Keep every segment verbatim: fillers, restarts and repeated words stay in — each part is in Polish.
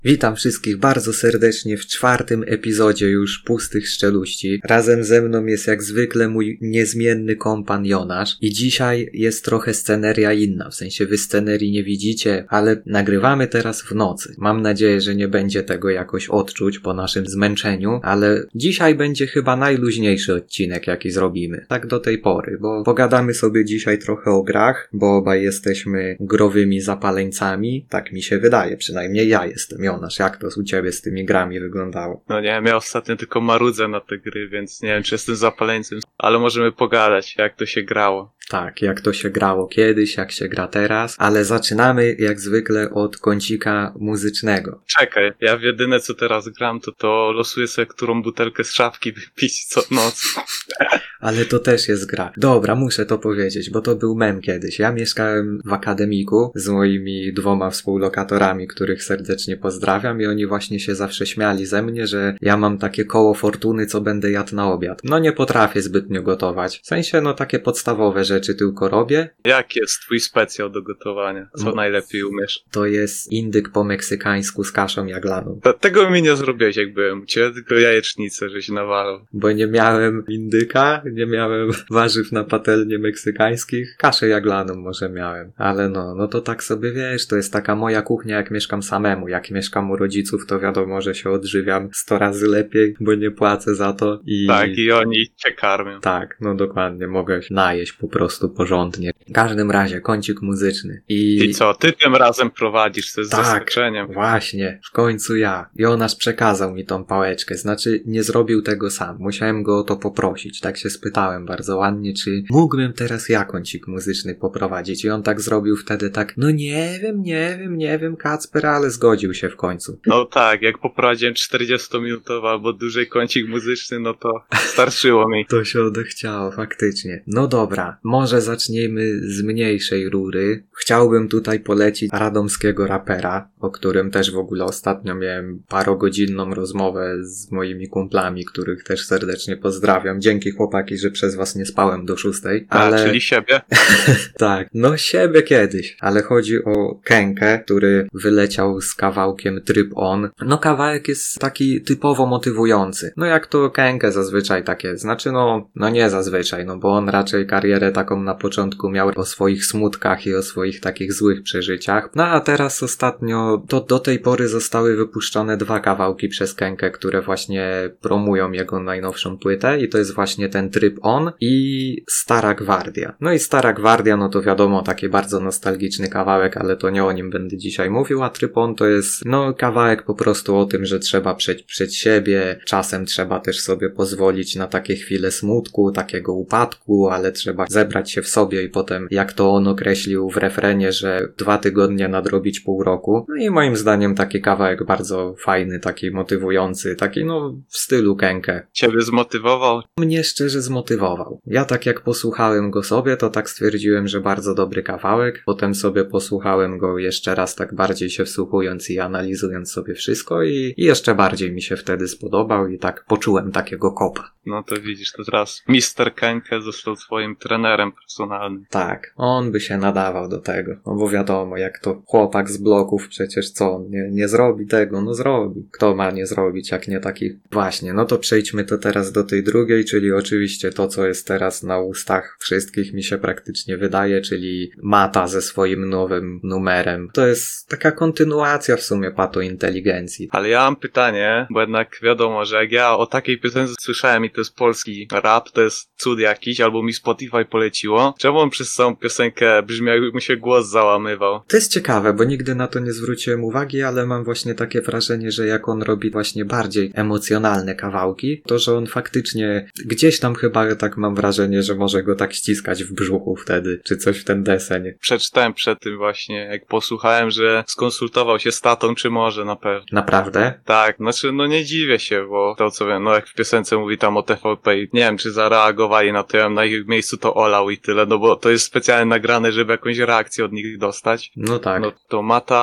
Witam wszystkich bardzo serdecznie w czwartym epizodzie już Pustych Szczeluści. Razem ze mną jest jak zwykle mój niezmienny kompan Jonasz i dzisiaj jest trochę sceneria inna, w sensie wy scenerii nie widzicie, ale nagrywamy teraz w nocy. Mam nadzieję, że nie będzie tego jakoś odczuć po naszym zmęczeniu, ale dzisiaj będzie chyba najluźniejszy odcinek jaki zrobimy, tak do tej pory, bo pogadamy sobie dzisiaj trochę o grach, bo obaj jesteśmy growymi zapaleńcami, tak mi się wydaje, przynajmniej ja jestem. Jonasz, jak to u ciebie z tymi grami wyglądało? No nie, ja ostatnio tylko marudzę na te gry, więc nie wiem, czy jestem zapaleńcem, ale możemy pogadać, jak to się grało. Tak, jak to się grało kiedyś, jak się gra teraz, ale zaczynamy jak zwykle od kącika muzycznego. Czekaj, ja w jedyne co teraz gram, to to losuję sobie, którą butelkę z szafki wypić co noc. Ale to też jest gra. Dobra, muszę to powiedzieć, bo to był mem kiedyś. Ja mieszkałem w akademiku z moimi dwoma współlokatorami, których serdecznie pozdrawiam i oni właśnie się zawsze śmiali ze mnie, że ja mam takie koło fortuny, co będę jadł na obiad. No nie potrafię zbytnio gotować. W sensie, no takie podstawowe rzeczy tylko robię. Jaki jest twój specjał do gotowania? Co no, najlepiej umiesz? To jest indyk po meksykańsku z kaszą jaglaną. Tego mi nie zrobiłeś jak byłem u ciebie, tylko jajecznicę, żeś nawalał. Bo nie miałem indyka, nie miałem warzyw na patelnie meksykańskich, kaszę jaglaną może miałem, ale no, no to tak sobie wiesz, to jest taka moja kuchnia jak mieszkam samemu, jak mieszkam u rodziców to wiadomo, że się odżywiam sto razy lepiej, bo nie płacę za to i... Tak, i oni cię karmią. Tak, no dokładnie, mogę się najeść po prostu porządnie. W każdym razie, kącik muzyczny. I, I co, ty tym razem prowadzisz, to jest tak, zaskoczeniem. Właśnie, w końcu ja. Jonasz przekazał mi tą pałeczkę, znaczy nie zrobił tego sam, musiałem go o to poprosić, tak się spytałem bardzo ładnie, czy mógłbym teraz ja kącik muzyczny poprowadzić i on tak zrobił wtedy tak, no nie wiem, nie wiem, nie wiem Kacper, ale zgodził się w końcu. No tak, jak poprowadziłem czterdziestominutowy albo dłużej kącik muzyczny, no to starszyło mi. To się odechciało, faktycznie. No dobra, może zacznijmy z mniejszej rury. Chciałbym tutaj polecić radomskiego rapera, o którym też w ogóle ostatnio miałem parogodzinną rozmowę z moimi kumplami, których też serdecznie pozdrawiam. Dzięki chłopaki, że przez was nie spałem do szóstej. Ale... A, czyli siebie? Tak, no siebie kiedyś. Ale chodzi o Kenkę, który wyleciał z kawałkiem Trip On. No kawałek jest taki typowo motywujący. No jak to Kenkę zazwyczaj takie. Znaczy no, no nie zazwyczaj, no bo on raczej karierę taką na początku miał o swoich smutkach i o swoich takich złych przeżyciach. No a teraz ostatnio to do tej pory zostały wypuszczone dwa kawałki przez Kenkę, które właśnie promują jego najnowszą płytę i to jest właśnie ten Trip On i Stara Gwardia. No i Stara Gwardia, no to wiadomo, taki bardzo nostalgiczny kawałek, ale to nie o nim będę dzisiaj mówił, a Trip On to jest, no, kawałek po prostu o tym, że trzeba przejść przed siebie, czasem trzeba też sobie pozwolić na takie chwile smutku, takiego upadku, ale trzeba zebrać się w sobie i potem, jak to on określił w refrenie, że dwa tygodnie nadrobić pół roku. No i moim zdaniem taki kawałek bardzo fajny, taki motywujący, taki no w stylu Kenkę. Ciebie zmotywował? Mnie szczerze zmotywował. Ja tak jak posłuchałem go sobie, to tak stwierdziłem, że bardzo dobry kawałek. Potem sobie posłuchałem go jeszcze raz tak bardziej się wsłuchując i analizując sobie wszystko i, i jeszcze bardziej mi się wtedy spodobał i tak poczułem takiego kopa. No to widzisz, to teraz mister Kenke został twoim trenerem personalnym. Tak, on by się nadawał do tego. No bo wiadomo, jak to chłopak z bloków, przecież co, on nie, nie zrobi tego, no zrobi. Kto ma nie zrobić, jak nie taki... Właśnie, no to przejdźmy to teraz do tej drugiej, czyli oczywiście to, co jest teraz na ustach wszystkich, mi się praktycznie wydaje, czyli Mata ze swoim nowym numerem. To jest taka kontynuacja w sumie Pato Inteligencji. Ale ja mam pytanie, bo jednak wiadomo, że jak ja o takiej piosence słyszałem i to jest polski rap, to jest cud jakiś, albo mi Spotify poleciło, czemu on przez całą piosenkę brzmiał, jakby mu się głos załamywał? To jest ciekawe, bo nigdy na to nie zwróciłem uwagi, ale mam właśnie takie wrażenie, że jak on robi właśnie bardziej emocjonalne kawałki, to że on faktycznie gdzieś tam chyba tak mam wrażenie, że może go tak ściskać w brzuchu wtedy, czy coś w ten deseń. Przeczytałem przed tym właśnie, jak posłuchałem, że skonsultował się z tatą, czy może na pewno. Naprawdę? Tak, znaczy no nie dziwię się, bo to co wiem, no jak w piosence mówi tam o T V P i nie wiem, czy zareagowali na to, ja bym na ich miejscu to olał i tyle, no bo to jest specjalnie nagrane, żeby jakąś reakcję od nich dostać. No tak. No to Mata idzie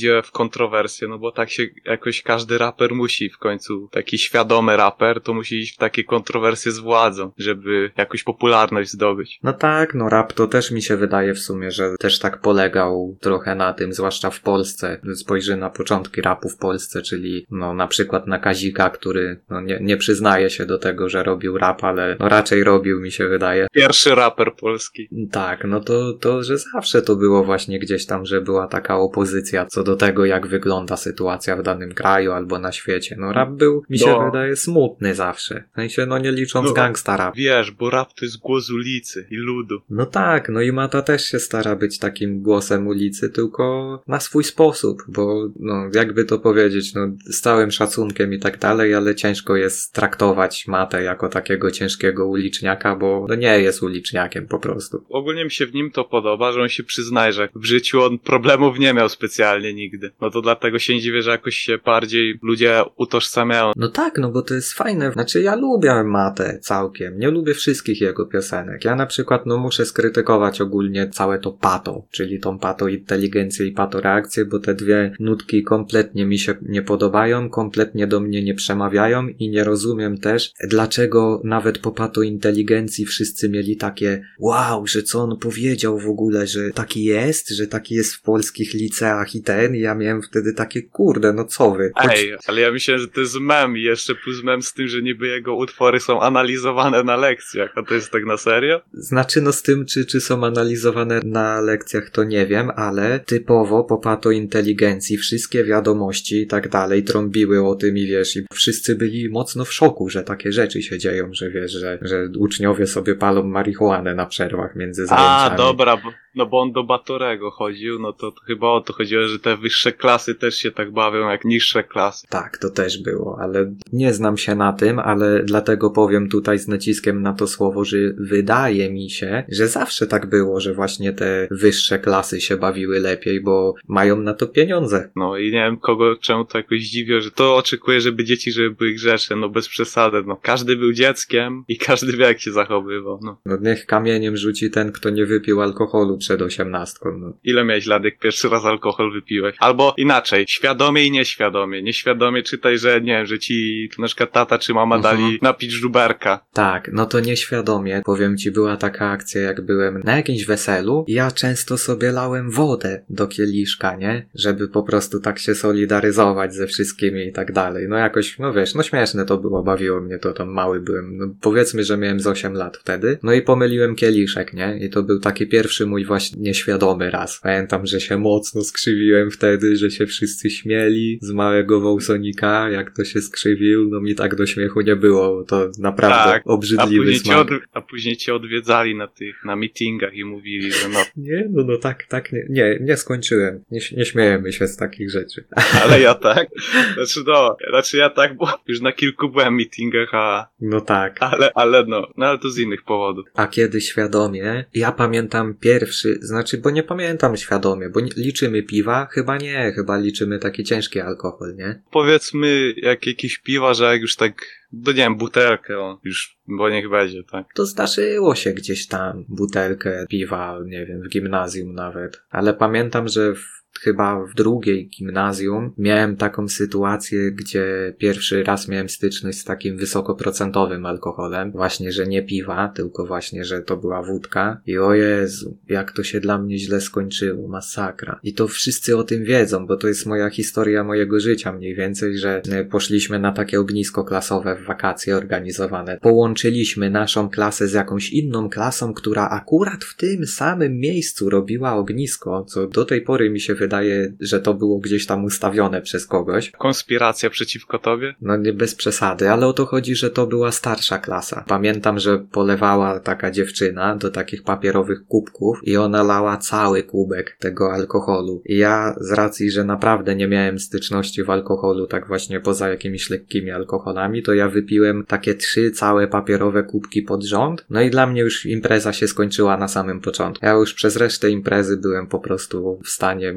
idzie w kontrowersję, no bo tak się jakoś każdy raper musi w końcu, taki świadomy raper, to musi iść w takie kontrowersje z władzą, żeby jakąś popularność zdobyć. No tak, no rap to też mi się wydaje w sumie, że też tak polegał trochę na tym, zwłaszcza w Polsce. Spojrzy na początki rapu w Polsce, czyli no na przykład na Kazika, który no nie, nie przyznaje się do tego, że robił rap, ale no raczej robił, mi się wydaje. Pierwszy raper polski. Tak, no to, to, że zawsze to było właśnie gdzieś tam, że była taka opozycja co do tego, jak wygląda sytuacja w danym kraju albo na świecie. No rap był, mi się No. wydaje, smutny zawsze. W sensie, no nie licząc No, gangsta rap. Wiesz, bo rap to jest głos ulicy i ludu. No tak, no i Mata też się stara być takim głosem ulicy, tylko na swój sposób, bo no jakby to powiedzieć, no z całym szacunkiem i tak dalej, ale ciężko jest traktować Matę jako takiego ciężkiego uliczniaka, bo no nie jest uliczniakiem po prostu. Ogólnie mi się w nim to podoba, że on się przyznaje, że w życiu on problemów nie miał specjalnie nigdy. No to dlatego się nie dziwię, że jakoś się bardziej ludzie utożsamiają. No tak, no bo to jest fajne. Znaczy ja lubię Matę całkiem. Nie lubię wszystkich jego piosenek. Ja na przykład no muszę skrytykować ogólnie całe to pato, czyli tą pato inteligencję i pato reakcję, bo te dwie nutki kompletnie mi się nie podobają, kompletnie do mnie nie przemawiają i nie rozumiem też, dlaczego nawet po pato inteligencji wszyscy mieli takie wow, że co on powiedział w ogóle, że taki jest, że taki jest w polskich liceach i ten, i ja miałem wtedy takie kurde, no co wy? Choć... Ej, ale ja myślałem, że to jest mem i jeszcze plus mem z tym, że niby jego utwory są analizowane na lekcjach, a to jest tak na serio? Znaczy no z tym, czy, czy są analizowane na lekcjach, to nie wiem, ale typowo po pato inteligencji wszystkie wiadomości i tak dalej trąbiły o tym i wiesz, i wszyscy byli mocno w szoku, że takie rzeczy się dzieją, że wiesz, że, że uczniowie sobie palą marihuanę na przerwach między zajęciami. A, dobra, bo, no bo on do Batorego chodził, no to, to chyba o to chodziło, że te wyższe klasy też się tak bawią jak niższe klasy. Tak, to też było, ale nie znam się na tym, ale dlatego powiem tutaj z naciskiem na to słowo, że wydaje mi się, że zawsze tak było, że właśnie te wyższe klasy się bawiły lepiej, bo mają na to pieniądze. No i nie wiem kogo, czemu to jakoś dziwiło, że to oczekuje, żeby dzieci, żeby były grzeczne, no bez przesady, no każdy był dzieckiem i każdy wie jak się zachowywał, no. No niech kamieniem rzuci ten, kto nie wypił alkoholu przed osiemnastką, no. Ile miałeś lat, jak pierwszy raz alkohol wypiłeś? Albo inaczej, świadomie i nieświadomie. Nieświadomie czytaj, że nie wiem, że ci na przykład tata czy mama Mhm. dali napić żuberka. Tak, no to nieświadomie, powiem ci, była taka akcja, jak byłem na jakimś weselu i ja często sobie lałem wodę do kieliszka, nie? Żeby po prostu tak się solidaryzować ze wszystkimi i tak dalej. No jakoś, no wiesz, no śmieszne to było, bawiło mnie to, tam mały byłem, no powiedzmy, że miałem z osiem lat wtedy. No i pomyliłem kieliszek, nie? I to był taki pierwszy mój właśnie nieświadomy raz. Pamiętam, że się mocno skrzywiłem wtedy, że się wszyscy śmieli z małego Wołsonika, jak to się skrzywił, no mi tak do śmiechu nie było, to naprawdę Tak, a obrzydliwy później, cię smak. od, a później cię odwiedzali na tych, na meetingach i mówili, że no, Nie, no, no tak, tak, nie, nie, nie skończyłem. Nie, nie śmiejemy się z takich rzeczy. ale ja tak. Znaczy no, znaczy ja tak, bo już na kilku byłem meetingach, a, No tak. ale, ale no, no ale to z innych powodów. A kiedy świadomie, ja pamiętam pierwszy, znaczy, bo nie pamiętam świadomie, bo nie, liczymy piwa? Chyba nie, chyba liczymy taki ciężki alkohol, nie? Powiedzmy, jak jakieś piwa, że jak już tak, no nie wiem, butelkę, o, już, bo niech będzie, tak. To zdarzyło się gdzieś tam, butelkę piwa, nie wiem, w gimnazjum nawet. Ale pamiętam, że w chyba w drugiej gimnazjum miałem taką sytuację, gdzie pierwszy raz miałem styczność z takim wysokoprocentowym alkoholem. Właśnie, że nie piwa, tylko właśnie, że to była wódka. I o Jezu, jak to się dla mnie źle skończyło. Masakra. I to wszyscy o tym wiedzą, bo to jest moja historia mojego życia mniej więcej, że poszliśmy na takie ognisko klasowe w wakacje organizowane. Połączyliśmy naszą klasę z jakąś inną klasą, która akurat w tym samym miejscu robiła ognisko, co do tej pory mi się wydaje, wydaje, że to było gdzieś tam ustawione przez kogoś. Konspiracja przeciwko tobie? No nie bez przesady, ale o to chodzi, że to była starsza klasa. Pamiętam, że polewała taka dziewczyna do takich papierowych kubków i ona lała cały kubek tego alkoholu. I ja z racji, że naprawdę nie miałem styczności w alkoholu, tak właśnie poza jakimiś lekkimi alkoholami, to ja wypiłem takie trzy całe papierowe kubki pod rząd. No i dla mnie już impreza się skończyła na samym początku. Ja już przez resztę imprezy byłem po prostu w stanie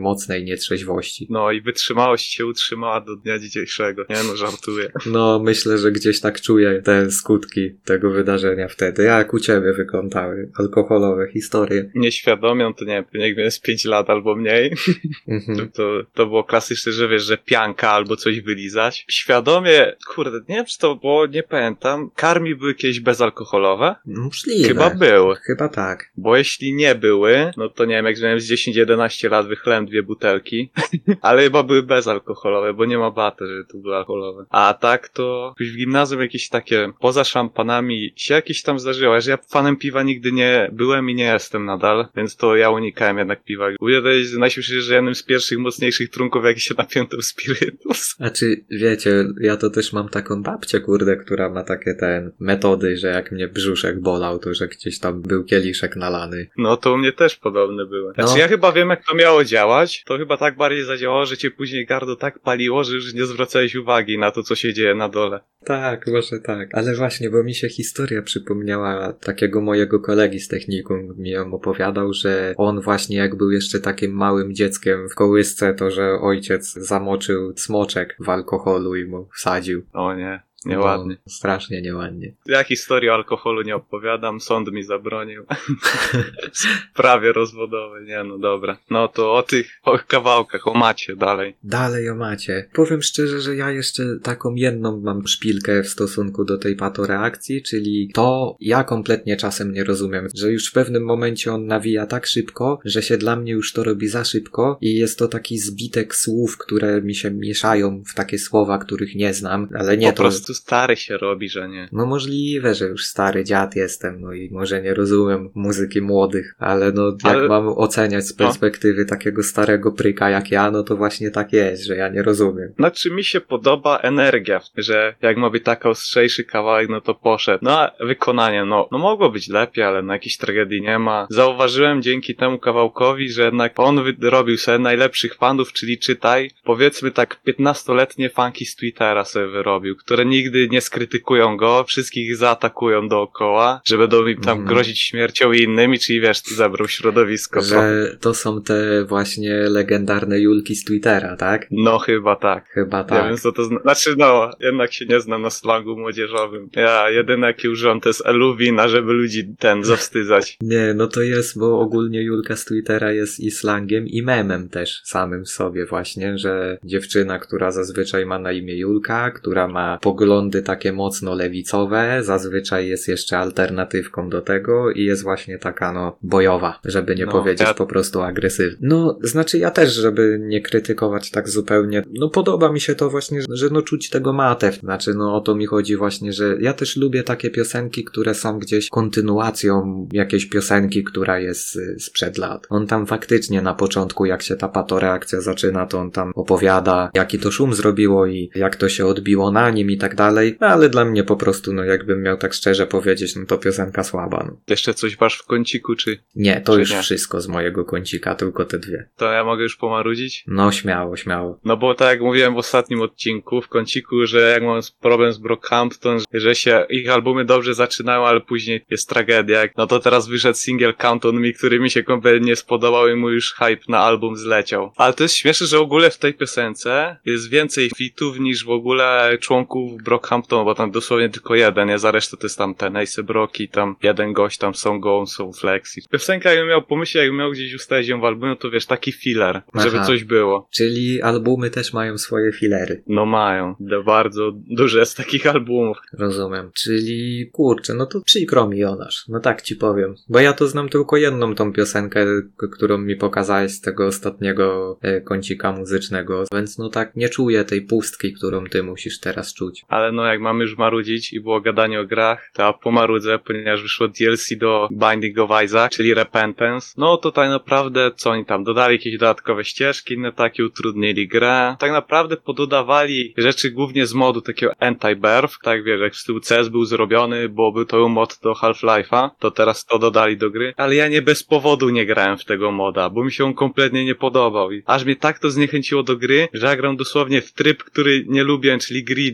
mocnej nietrzeźwości. No i wytrzymałość się utrzymała do dnia dzisiejszego. Nie no, żartuję. No, myślę, że gdzieś tak czuję te skutki tego wydarzenia wtedy. Jak u ciebie wyglądały alkoholowe historie? Nieświadomią to nie wiem, jak miałem z pięć lat albo mniej. Mhm. To, to było klasyczne, że wiesz, że pianka albo coś wylizać. Świadomie, kurde, nie wiem czy to było, nie pamiętam. Karmi były kiedyś bezalkoholowe? Możliwe. Chyba były. Chyba tak. Bo jeśli nie były, no to nie wiem, jak miałem z dziesięć jedenaście lat, wychlałem dwie butelki. Ale chyba były bezalkoholowe, bo nie ma baty, że tu były alkoholowe. A tak to w gimnazjum jakieś takie, poza szampanami się jakieś tam zdarzyło, że ja fanem piwa nigdy nie byłem i nie jestem nadal, więc to ja unikałem jednak piwa. Mówię, to jest najśmieszniejsze, że jednym z pierwszych mocniejszych trunków, jaki się napiłem, to spirytus. A czy wiecie, ja to też mam taką babcię, kurde, która ma takie ten metody, że jak mnie brzuszek bolał, to że gdzieś tam był kieliszek nalany. No to u mnie też podobne były. Znaczy No. ja chyba wiem, jak to miało działać. To chyba tak bardziej zadziałało, że cię później gardło tak paliło, że już nie zwracałeś uwagi na to, co się dzieje na dole. Tak, może tak. Ale właśnie, bo mi się historia przypomniała takiego mojego kolegi z technikum. Mi ją opowiadał, że on właśnie jak był jeszcze takim małym dzieckiem w kołysce, to że ojciec zamoczył smoczek w alkoholu i mu wsadził. O nie, nieładnie. No, strasznie nieładnie. Ja historii o alkoholu nie opowiadam, sąd mi zabronił. Prawie rozwodowe, nie no dobra. No to o tych o kawałkach, o macie dalej. Dalej o macie. Powiem szczerze, że ja jeszcze taką jedną mam szpilkę w stosunku do tej patoreakcji, czyli to ja kompletnie czasem nie rozumiem, że już w pewnym momencie on nawija tak szybko, że się dla mnie już to robi za szybko i jest to taki zbitek słów, które mi się mieszają w takie słowa, których nie znam, ale nie po to... prostu stary się robi, że nie. No możliwe, że już stary dziad jestem, no i może nie rozumiem muzyki młodych, ale no jak Ale- mam oceniać z perspektywy takiego starego pryka jak ja, no to właśnie tak jest, że ja nie rozumiem. Znaczy mi się podoba energia, że jak ma być taka ostrzejszy kawałek, no to poszedł. No a wykonanie, no, no mogło być lepiej, ale no jakiejś tragedii nie ma. Zauważyłem dzięki temu kawałkowi, że jednak on wyrobił sobie najlepszych fanów, czyli czytaj, powiedzmy tak piętnastoletnie fanki z Twittera sobie wyrobił, które nigdy nie skrytykują go, wszystkich zaatakują dookoła, że będą im tam Mhm. grozić śmiercią i innymi, czyli wiesz, zebrał środowisko. Że to są te właśnie legendarne Julki z Twittera, tak? No chyba tak. Chyba Ja tak. wiem co to znaczy. Znaczy no, jednak się nie znam na slangu młodzieżowym. Ja jedyny jaki używam to jest eluwina, żeby ludzi ten zawstydzać. Nie, no to jest, bo ogólnie Julka z Twittera jest i slangiem, i memem też samym w sobie właśnie, że dziewczyna, która zazwyczaj ma na imię Julka, która ma poglądy takie mocno lewicowe, zazwyczaj jest jeszcze alternatywką do tego i jest właśnie taka no bojowa, żeby nie No, powiedzieć ja- po prostu agresywna. No, znaczy ja też, żeby nie krytykować tak zupełnie, no podoba mi się to właśnie, że no czuć tego matę, znaczy no o to mi chodzi właśnie, że ja też lubię takie piosenki, które są gdzieś kontynuacją jakiejś piosenki, która jest y, sprzed lat. On tam faktycznie na początku, jak się ta patoreakcja zaczyna, to on tam opowiada, jaki to szum zrobiło i jak to się odbiło na nim i tak dalej, no, ale dla mnie po prostu, no jakbym miał tak szczerze powiedzieć, no to piosenka słaba. No. Jeszcze coś masz w kąciku, czy Nie, to Czy już nie? wszystko z mojego kącika, tylko te dwie. to ja mogę już pomarudzić? No śmiało, śmiało. No bo tak jak mówiłem w ostatnim odcinku, w kąciku, że jak mam problem z Brockhampton, że się ich albumy dobrze zaczynają, ale później jest tragedia. No to teraz wyszedł single Count on Me, który mi się kompletnie nie spodobał i mu już hype na album zleciał. Ale to jest śmieszne, że w ogóle w tej piosence jest więcej fitów niż w ogóle członków Brockhamptonu, bo tam dosłownie tylko jeden, nie? Za resztę to jest tam ten Ace Brock i tam jeden gość, tam są Go, są Flexi. Piosenka, jakbym miał pomyśleć, jakbym miał gdzieś ustalić ją w albumie, to wiesz, taki filler, żeby Aha. coś było. Czyli albumy też mają swoje filery. No mają. De- Bardzo dużo jest takich albumów. Rozumiem. Czyli, kurczę, no to przykro mi, Jonasz. No tak ci powiem. Bo ja to znam tylko jedną tą piosenkę, k- którą mi pokazałeś z tego ostatniego e, kącika muzycznego. Więc no tak nie czuję tej pustki, którą ty musisz teraz czuć. Ale no jak mamy już marudzić i było gadanie o grach, to ja pomarudzę, ponieważ wyszło D L C do Binding of Isaac, czyli Repentance. No to tak naprawdę, co oni tam dodali, jakieś dodatkowe ścieżki, inne takie, utrudnili grę. Tak naprawdę pododawali rzeczy głównie z modu takiego Anti-Birth, tak wiesz, jak w stylu C S był zrobiony, bo był to mod do Half-Life'a, to teraz to dodali do gry. Ale ja nie bez powodu nie grałem w tego moda, bo mi się on kompletnie nie podobał. I aż mnie tak to zniechęciło do gry, że ja gram dosłownie w tryb, który nie lubię, czyli Greedier.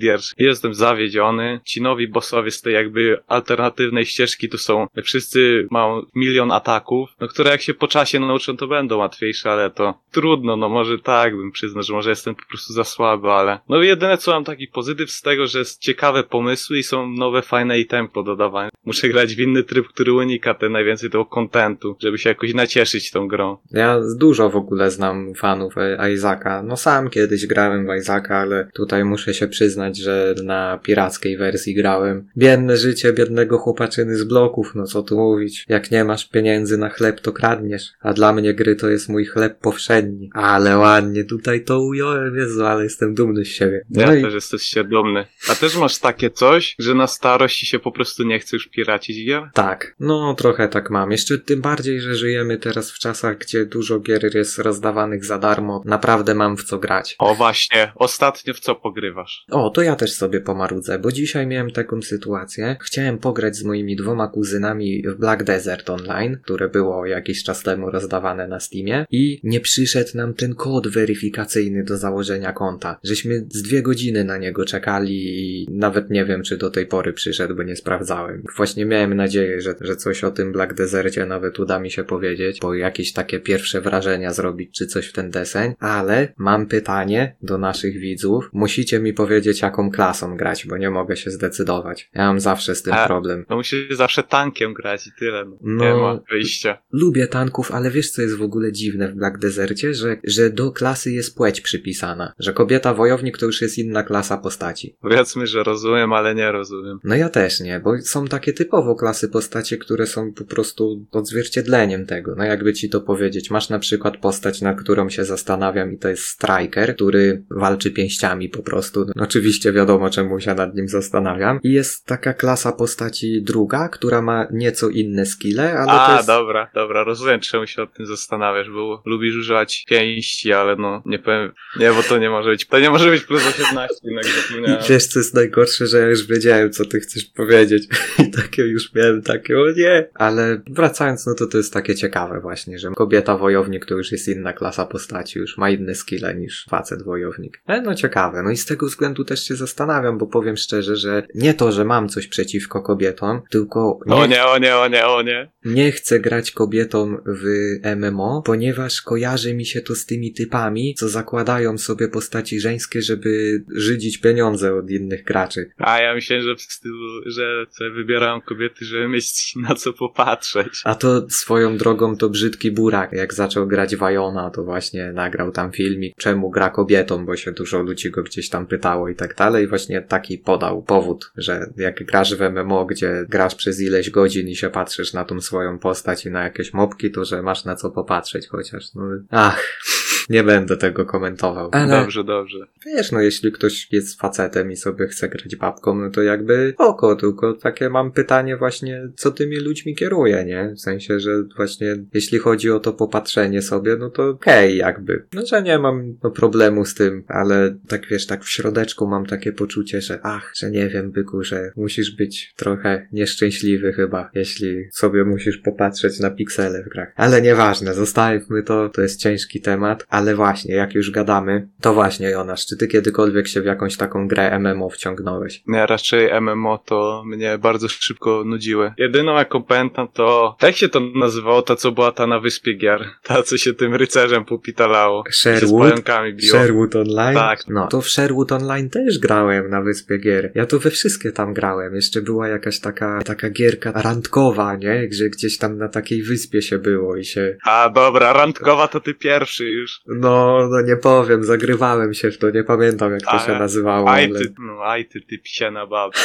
jestem zawiedziony. Ci nowi bossowie z tej jakby alternatywnej ścieżki to są, wszyscy mają milion ataków, no które jak się po czasie nauczą, to będą łatwiejsze, ale to trudno, no może tak bym przyznał, że może jestem po prostu za słaby, ale no jedyne co mam taki pozytyw z tego, że jest ciekawe pomysły i są nowe fajne itemy pododawane. Muszę grać w inny tryb, który unika te najwięcej tego kontentu, żeby się jakoś nacieszyć tą grą. Ja dużo w ogóle znam fanów Isaaca. No sam kiedyś grałem w Isaaca, ale tutaj muszę się przyznać, że na pirackiej wersji grałem. Biedne życie biednego chłopaczyny z bloków, no co tu mówić. Jak nie masz pieniędzy na chleb, to kradniesz. A dla mnie gry to jest mój chleb powszedni. Ale ładnie tutaj to ująłem, Jezu, ale jestem dumny z siebie. No ja i... też jesteście dumny. A też masz takie coś, że na starość się po prostu nie chce już piracić gier? Tak, no trochę tak mam. Jeszcze tym bardziej, że żyjemy teraz w czasach, gdzie dużo gier jest rozdawanych za darmo. Naprawdę mam w co grać. O właśnie, ostatnio w co pogrywasz? O, to ja też sobie pomarudzę, bo dzisiaj miałem taką sytuację. Chciałem pograć z moimi dwoma kuzynami w Black Desert Online, które było jakiś czas temu rozdawane na Steamie i nie przyszedł nam ten kod weryfikacyjny do założenia konta. Żeśmy z dwie godziny na niego czekali i nawet nie wiem, czy do tej pory przyszedł, bo nie sprawdzałem. Właśnie miałem nadzieję, że, że coś o tym Black Desercie nawet uda mi się powiedzieć, bo jakieś takie pierwsze wrażenia zrobić, czy coś w ten deseń, ale mam pytanie do naszych widzów. Musicie mi powiedzieć, jaką klasą grać, bo nie mogę się zdecydować. Ja mam zawsze z tym A, problem. No musisz zawsze tankiem grać i tyle. No. No, nie ma wyjścia. Lubię tanków, ale wiesz co jest w ogóle dziwne w Black Desercie? Że, że do klasy jest płeć przypisana. Że kobieta wojownik to już jest inna klasa postaci. Powiedzmy, że rozumiem, ale nie rozumiem. No ja też nie, bo są takie typowo klasy postaci, które są po prostu odzwierciedleniem tego. No jakby ci to powiedzieć. Masz na przykład postać, na którą się zastanawiam i to jest Striker, który walczy pięściami po prostu. No, oczywiście wiadomo, czemu się nad nim zastanawiam. I jest taka klasa postaci druga, która ma nieco inne skille, ale A, to jest... dobra, dobra, rozumiem, czemu się o tym zastanawiasz, bo lubisz używać pięści, ale no, nie powiem, nie, bo to nie może być, to nie może być plus osiemnaście, jednak zapomniałem. I wiesz, co jest najgorsze, że ja już wiedziałem, co ty chcesz powiedzieć. I takie już miałem takie, o nie! Ale wracając, no to to jest takie ciekawe właśnie, że kobieta wojownik to już jest inna klasa postaci, już ma inne skille niż facet wojownik. Ale no ciekawe, no i z tego względu też się zastanawiam, bo powiem szczerze, że nie to, że mam coś przeciwko kobietom, tylko nie, O nie, o nie, o nie, o nie. nie chcę grać kobietom w M M O, ponieważ kojarzy mi się to z tymi typami, co zakładają sobie postaci żeńskie, żeby żydzić pieniądze od innych graczy. A ja myślałem, że w stylu, że sobie wybierałem kobiety, żeby mieć na co popatrzeć. A to swoją drogą to brzydki burak, jak zaczął grać Wajona, to właśnie nagrał tam filmik, czemu gra kobietą, bo się dużo ludzi go gdzieś tam pytało i tak dalej. Właśnie taki podał powód, że jak grasz w M M O, gdzie grasz przez ileś godzin i się patrzysz na tą swoją postać i na jakieś mopki, to że masz na co popatrzeć chociaż. No, ach, nie będę tego komentował. Ale Dobrze, dobrze. wiesz, no jeśli ktoś jest facetem i sobie chce grać babką, no to jakby oko, tylko takie mam pytanie właśnie, co tymi ludźmi kieruje, nie? W sensie, że właśnie jeśli chodzi o to popatrzenie sobie, no to okej, okay, jakby. No, że nie mam no, problemu z tym, ale tak wiesz, tak w środeczku mam takie poczucie, że ach, że nie wiem, byku, że musisz być trochę nieszczęśliwy chyba, jeśli sobie musisz popatrzeć na piksele w grach. Ale nieważne, zostawmy to, to jest ciężki temat, ale właśnie, jak już gadamy, to właśnie Jonasz, czy ty kiedykolwiek się w jakąś taką grę M M O wciągnąłeś? Nie, raczej M M O to mnie bardzo szybko nudziły. Jedyną jaką pamiętam to, jak się to nazywało, ta co była ta na wyspie gier? Ta co się tym rycerzem popitalało. Sherwood? Się z pająkami biło. Sherwood Online? Tak. No, to w Sherwood Online też grałem na wyspie gier. Ja to we wszystkie tam grałem. Jeszcze była jakaś taka, taka gierka randkowa, nie? Gdzie gdzieś tam na takiej wyspie się było i się... A dobra, randkowa to ty pierwszy już. No, no nie powiem, zagrywałem się w to, nie pamiętam jak to A, się nazywało. Aj ale... ty, no aj ty, ty psiana baba.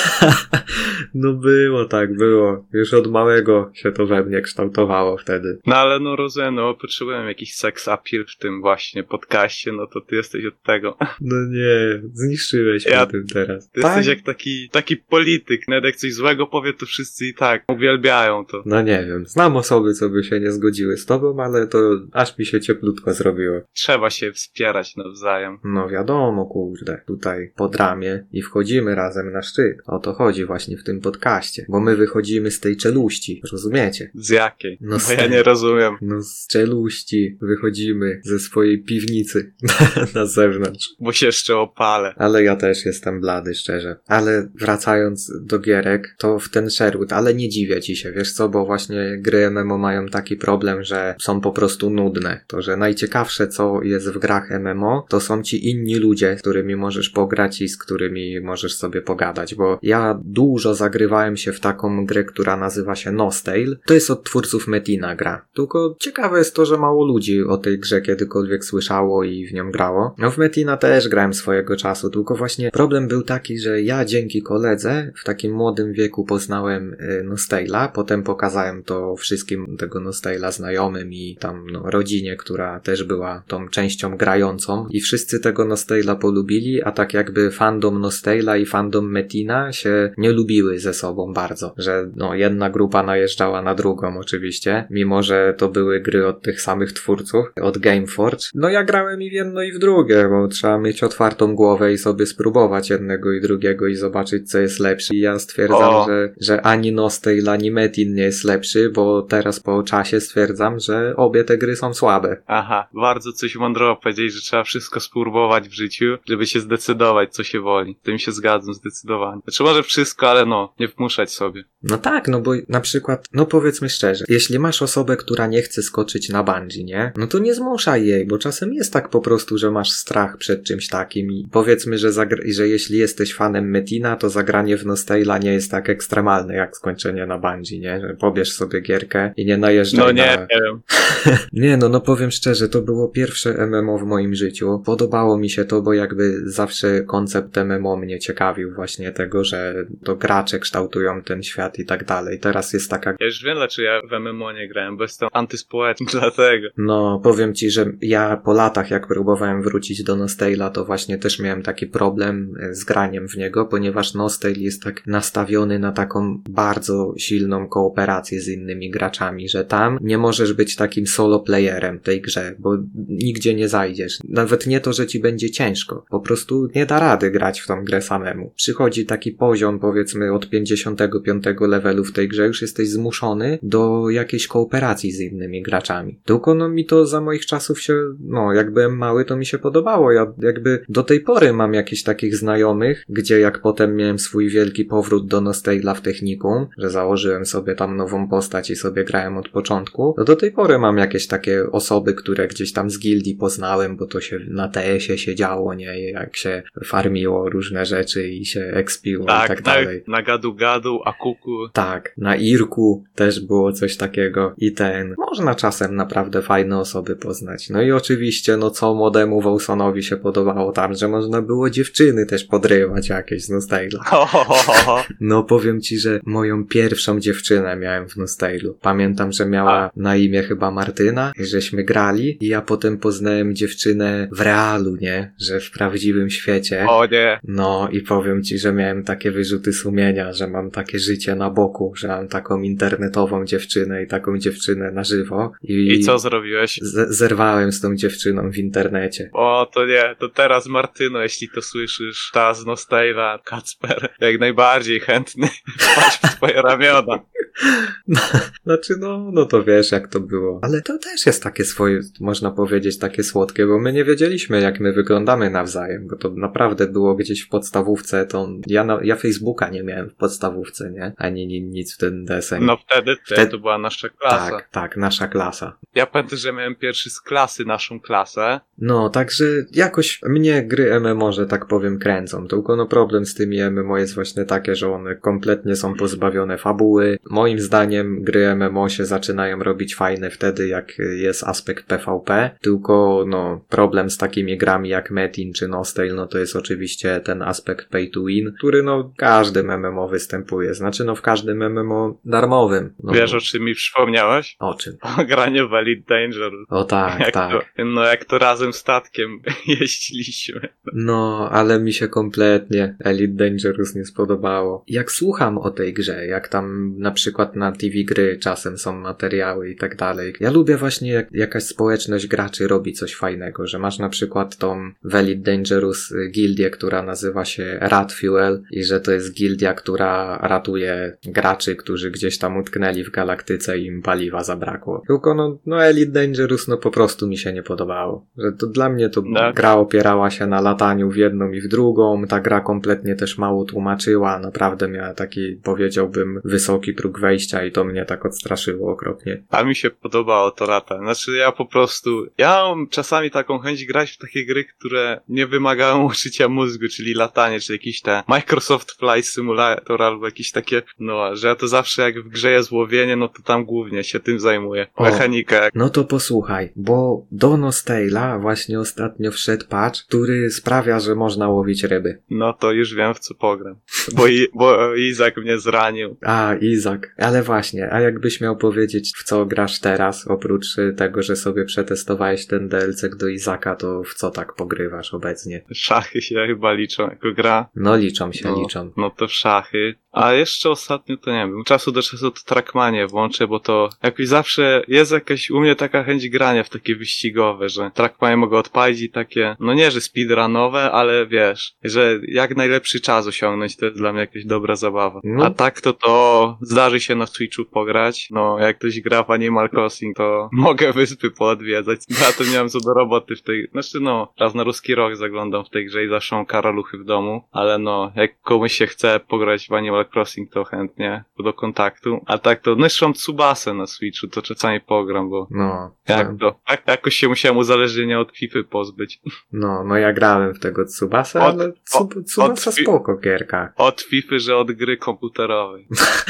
No było tak, było. Już od małego się to we mnie kształtowało wtedy. No ale no rozumiem, no potrzebowałem jakiś sex appeal w tym właśnie podcaście, no to ty jesteś od tego. No nie, zniszczyłeś Ja- mnie tym teraz. Ty Tak? jesteś jak taki, taki polityk, nawet jak coś złego powie, to wszyscy i tak uwielbiają to. No nie wiem, znam osoby, co by się nie zgodziły z tobą, ale to aż mi się cieplutko zrobiło. trzeba się wspierać nawzajem. No wiadomo, kurde, tutaj pod ramię i wchodzimy razem na szczyt. O to chodzi właśnie w tym podcaście, bo my wychodzimy z tej czeluści, rozumiecie? Z jakiej? No Bo z ja tej. nie rozumiem. No z czeluści wychodzimy ze swojej piwnicy na zewnątrz. Bo się jeszcze opalę. Ale ja też jestem blady, szczerze. Ale wracając do gierek, to w ten Sherwood, ale nie dziwię ci się, wiesz co, bo właśnie gry M M O mają taki problem, że są po prostu nudne. To, że najciekawsze co jest w grach M M O, to są ci inni ludzie, z którymi możesz pograć i z którymi możesz sobie pogadać, bo ja dużo zagrywałem się w taką grę, która nazywa się Nostale. To jest od twórców Metina gra. Tylko ciekawe jest to, że mało ludzi o tej grze kiedykolwiek słyszało i w nią grało. No w Metina też grałem swojego czasu, tylko właśnie problem był taki, że ja dzięki koledze w takim młodym wieku poznałem y, Nostale'a, potem pokazałem to wszystkim tego Nostale'a znajomym i tam no, rodzinie, która też była tą częścią grającą i wszyscy tego Nostale'a polubili, a tak jakby fandom Nostale'a i fandom Metina się nie lubiły ze sobą bardzo, że no jedna grupa najeżdżała na drugą oczywiście, mimo że to były gry od tych samych twórców, od Gameforge. No ja grałem i w jedno i w drugie, bo trzeba mieć otwartą głowę i sobie spróbować jednego i drugiego i zobaczyć co jest lepsze. I ja stwierdzam, że, że ani Nostale, ani Metin nie jest lepszy, bo teraz po czasie stwierdzam, że obie te gry są słabe. Aha, bardzo coś mądrowo powiedzieć, że trzeba wszystko spróbować w życiu, żeby się zdecydować, co się woli. Z tym się zgadzam zdecydowanie. Znaczy może wszystko, ale no, nie wmuszać sobie. No tak, no bo na przykład, no powiedzmy szczerze, jeśli masz osobę, która nie chce skoczyć na bungee, nie? No to nie zmuszaj jej, bo czasem jest tak po prostu, że masz strach przed czymś takim i powiedzmy, że, zagra- że jeśli jesteś fanem Metina, to zagranie w Nostale'a nie jest tak ekstremalne jak skończenie na bungee, nie? Że pobierz sobie gierkę i nie najeżdżaj No nie, na... nie wiem. Nie, no, no powiem szczerze, to było pierwsze M M O w moim życiu. Podobało mi się to, bo jakby zawsze koncept M M O mnie ciekawił właśnie tego, że to gracze kształtują ten świat i tak dalej. Teraz jest taka... Ja już wiem, dlaczego ja w M M O nie grałem, bo jestem antyspołeczny, dlatego. No, powiem ci, że ja po latach, jak próbowałem wrócić do Nostale'a, to właśnie też miałem taki problem z graniem w niego, ponieważ Nostale jest tak nastawiony na taką bardzo silną kooperację z innymi graczami, że tam nie możesz być takim solo playerem w tej grze, bo nigdzie nie zajdziesz. Nawet nie to, że ci będzie ciężko. Po prostu nie da rady grać w tą grę samemu. Przychodzi taki poziom, powiedzmy, od pięćdziesiątego piątego levelu w tej grze, już jesteś zmuszony do jakiejś kooperacji z innymi graczami. Tylko no mi to za moich czasów się, no jak byłem mały, to mi się podobało. Ja jakby do tej pory mam jakichś takich znajomych, gdzie jak potem miałem swój wielki powrót do Nostale'a w technikum, że założyłem sobie tam nową postać i sobie grałem od początku, no do tej pory mam jakieś takie osoby, które gdzieś tam z gildii poznałem, bo to się na T S-ie się działo, nie? Jak się farmiło różne rzeczy i się expiło tak, i tak dalej. Na gadu-gadu, akuku. Tak, na Irku też było coś takiego i ten. Można czasem naprawdę fajne osoby poznać. No i oczywiście, no co młodemu Wolsonowi się podobało tam, że można było dziewczyny też podrywać jakieś z Nostale'a. No powiem ci, że moją pierwszą dziewczynę miałem w Nostale'u. Pamiętam, że miała A. na imię chyba Martyna, żeśmy grali i ja potem poznałem dziewczynę w realu, nie? Że w prawdziwym świecie. O nie. No i powiem ci, że miałem takie wyrzuty sumienia, że mam takie życie na boku, że mam taką internetową dziewczynę i taką dziewczynę na żywo. I, I co zrobiłeś? Z- zerwałem z tą dziewczyną w internecie. O, to nie, to teraz Martyno, jeśli to słyszysz, ta z Nostale'a, Kacper, jak najbardziej chętny spać w twoje ramiona. No, znaczy, no, no to wiesz, jak to było. Ale to też jest takie swoje, można powiedzieć, takie słodkie, bo my nie wiedzieliśmy, jak my wyglądamy nawzajem, bo to naprawdę było gdzieś w podstawówce, to ja, na, ja Facebooka nie miałem w podstawówce, nie? Ani ni, nic w ten deseń. No wtedy, wtedy to była nasza klasa. Tak, tak, nasza klasa. Ja pamiętam, że miałem pierwszy z klasy naszą klasę. No, także jakoś mnie gry M M O, że tak powiem, kręcą. Tylko no problem z tymi M M O jest właśnie takie, że one kompletnie są pozbawione fabuły. Moim zdaniem gry M M O się zaczynają robić fajne wtedy, jak jest aspekt P V P. Tylko no problem z takimi grami jak Metin czy Nostale, no to jest oczywiście ten aspekt pay to win, który no w każdym M M O występuje. Znaczy no w każdym M M O darmowym. No, Wiesz, bo... o czym mi przypomniałeś? O czym? O graniu w Elite Dangerous. O tak, jak tak. To, no jak to razem statkiem jeździliśmy. No, ale mi się kompletnie Elite Dangerous nie spodobało. Jak słucham o tej grze, jak tam na przykład przykład na T V gry czasem są materiały i tak dalej. Ja lubię właśnie jak jakaś społeczność graczy robi coś fajnego, że masz na przykład tą w Elite Dangerous gildię, która nazywa się Rat Fuel i że to jest gildia, która ratuje graczy, którzy gdzieś tam utknęli w galaktyce i im paliwa zabrakło. Tylko no, no Elite Dangerous no po prostu mi się nie podobało. Że to dla mnie to tak. Gra opierała się na lataniu w jedną i w drugą, ta gra kompletnie też mało tłumaczyła, naprawdę miała taki, powiedziałbym, wysoki próg wejścia i to mnie tak odstraszyło okropnie. A mi się podobało to lata. Znaczy ja po prostu, ja mam czasami taką chęć grać w takie gry, które nie wymagają użycia mózgu, czyli latanie, czy jakiś te Microsoft Flight Simulator albo jakieś takie, no, że ja to zawsze jak w grze jest łowienie, no to tam głównie się tym zajmuję. Mechanikę. No to posłuchaj, bo do Nostale'a właśnie ostatnio wszedł patch, który sprawia, że można łowić ryby. No to już wiem, w co pogram. Bo, i, bo Izak mnie zranił. A, Izak. Ale właśnie, a jakbyś miał powiedzieć, w co grasz teraz, oprócz tego, że sobie przetestowałeś ten D L C do Izaka, to w co tak pogrywasz obecnie? Szachy się chyba liczą jako gra. No liczą się, no, liczą. No to w szachy. A jeszcze ostatnio to nie wiem, czasu do czasu to Trackmanie włączę, bo to jakoś zawsze jest jakaś u mnie taka chęć grania w takie wyścigowe, że Trackmanie mogę odpalić i takie, no nie, że speedrunowe, ale wiesz, że jak najlepszy czas osiągnąć, to jest dla mnie jakaś dobra zabawa. No. A tak to to zdarzy się na Switchu pograć, no jak ktoś gra w Animal Crossing, to mogę wyspy poodwiedzać. Ja to nie mam co do roboty w tej, znaczy no, raz na ruski rok zaglądam w tej grze i zawsze mam karaluchy w domu, ale no, jak komuś się chce pograć w Animal Crossing, to chętnie do kontaktu. A tak to, no jeszcze mam Tsubasę na Switchu, to czasami pogram, bo No. jak no. to, jak, jakoś się musiałem uzależnienia od FIFA pozbyć. No, no ja grałem w tego Tsubasa, Od- ale Tsub- Tsubasa od- spoko gierka. Od FIFA, że od gry komputerowej.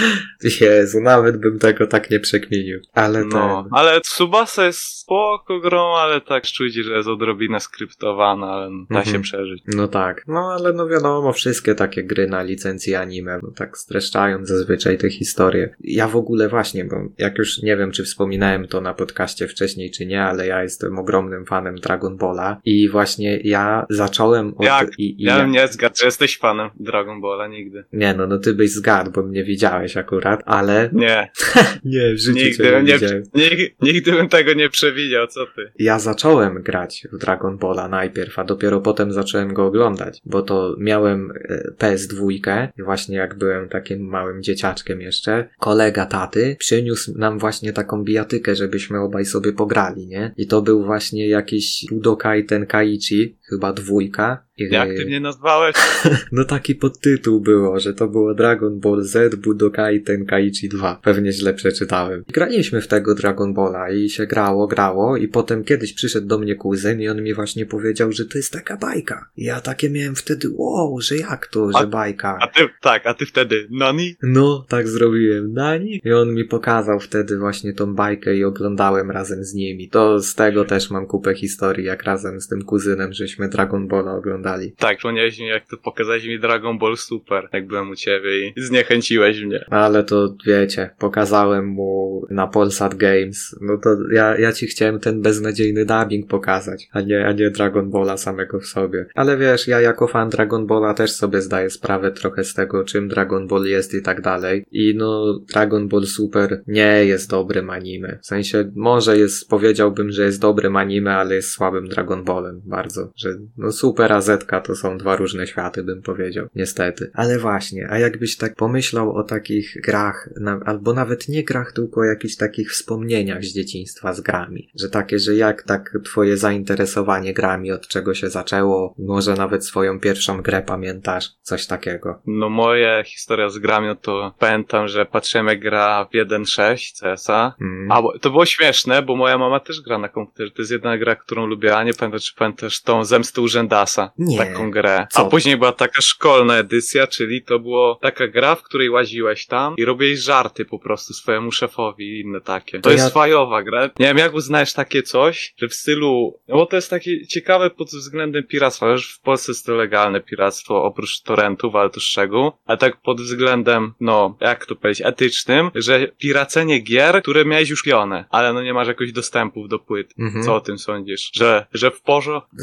Jezu, nawet bym tego tak nie przekminił. Ale No, ten... ale Tsubasa jest spoko grą, ale tak czuć, że jest odrobinę skryptowana, ale da Mhm. się przeżyć. No tak. No ale no wiadomo, wszystkie takie gry na licencji anime, no tak streszczają zazwyczaj te historie. Ja w ogóle właśnie, bo jak już nie wiem, czy wspominałem to na podcaście wcześniej, czy nie, ale ja jestem ogromnym fanem Dragon Balla i właśnie ja zacząłem od... Jak? I, i Ja bym nie zgadł, że jesteś fanem Dragon Balla nigdy. Nie no, no ty byś zgadł, bo mnie widziałeś akurat, ale... Nie, Nie, w życiu nigdy, cię bym nie nie, widziałem. nigdy, nigdy bym tego nie przewidział, co ty? Ja zacząłem grać w Dragon Balla najpierw, a dopiero potem zacząłem go oglądać, bo to miałem e, P S dwa i właśnie jak byłem takim małym dzieciaczkiem jeszcze, kolega taty przyniósł nam właśnie taką bijatykę, żebyśmy obaj sobie pograli, nie? I to był właśnie jakiś Budokai Tenkaichi, chyba dwójka. I, Jak ty mnie nazwałeś? no taki podtytuł było, że to było Dragon Ball Z Budokai Tenkaichi dwa. Pewnie źle przeczytałem. I graliśmy w tego Dragon Balla i się grało, grało i potem kiedyś przyszedł do mnie kuzyn i on mi właśnie powiedział, że to jest taka bajka. I ja takie miałem wtedy, wow, że jak to, że A- bajka. A ty, tak, a ty wtedy, nani? No, tak zrobiłem. Nani? I on mi pokazał wtedy właśnie tą bajkę i oglądałem razem z nimi. To z tego też mam kupę historii, jak razem z tym kuzynem, żeśmy Dragon Balla oglądali. Tak, przypomniałeś mi, jak to pokazałeś mi Dragon Ball Super, jak byłem u ciebie i zniechęciłeś mnie. Ale to wiecie, pokazałem mu na Polsat Games. No to ja, ja ci chciałem ten beznadziejny dubbing pokazać, a nie, a nie Dragon Balla samego w sobie. Ale wiesz, ja jako fan Dragon Balla też sobie zdaję sprawę trochę z tego, czym Dragon Ball jest i tak dalej. I no, Dragon Ball Super nie jest dobrym anime. W sensie, może jest, powiedziałbym, że jest dobrym anime, ale jest słabym Dragon Ballem bardzo. Że no Super a Zetka to są dwa różne światy, bym powiedział. Niestety. Ale właśnie, a jakbyś tak pomyślał o takich grach, na, albo nawet nie grach, tylko o jakichś takich wspomnieniach z dzieciństwa z grami. Że takie, że jak tak twoje zainteresowanie grami, od czego się zaczęło, może nawet swoją pierwszą grę pamiętasz, coś takiego. No moja historia z grami, no to pamiętam, że patrzyłem jak gra w jeden sześć C S a. Mm. A bo, to było śmieszne, bo moja mama też gra na komputerze. To jest jedna gra, którą lubię, a nie pamiętam, czy pamiętasz tą Zemstę Urzędasa. Nie. Taką grę. Co? A później była taka szkolna edycja, czyli to było taka gra, w której łaziłeś tam i robiłeś żarty po prostu swojemu szefowi i inne takie. To, To jest ja- fajowa gra. Nie wiem, jak uznajesz takie coś, że w stylu, no bo to jest takie ciekawe pod względem piractwa. Wiesz, w Polsce jest to legalne piractwo, oprócz torrentów, ale to szczegół. Ale tak pod względem, no, jak to powiedzieć, etycznym, że piracenie gier, które miałeś już kupione, ale no nie masz jakoś dostępów do płyt. Mhm. Co o tym sądzisz? Że, że w porządku? Znaczy, no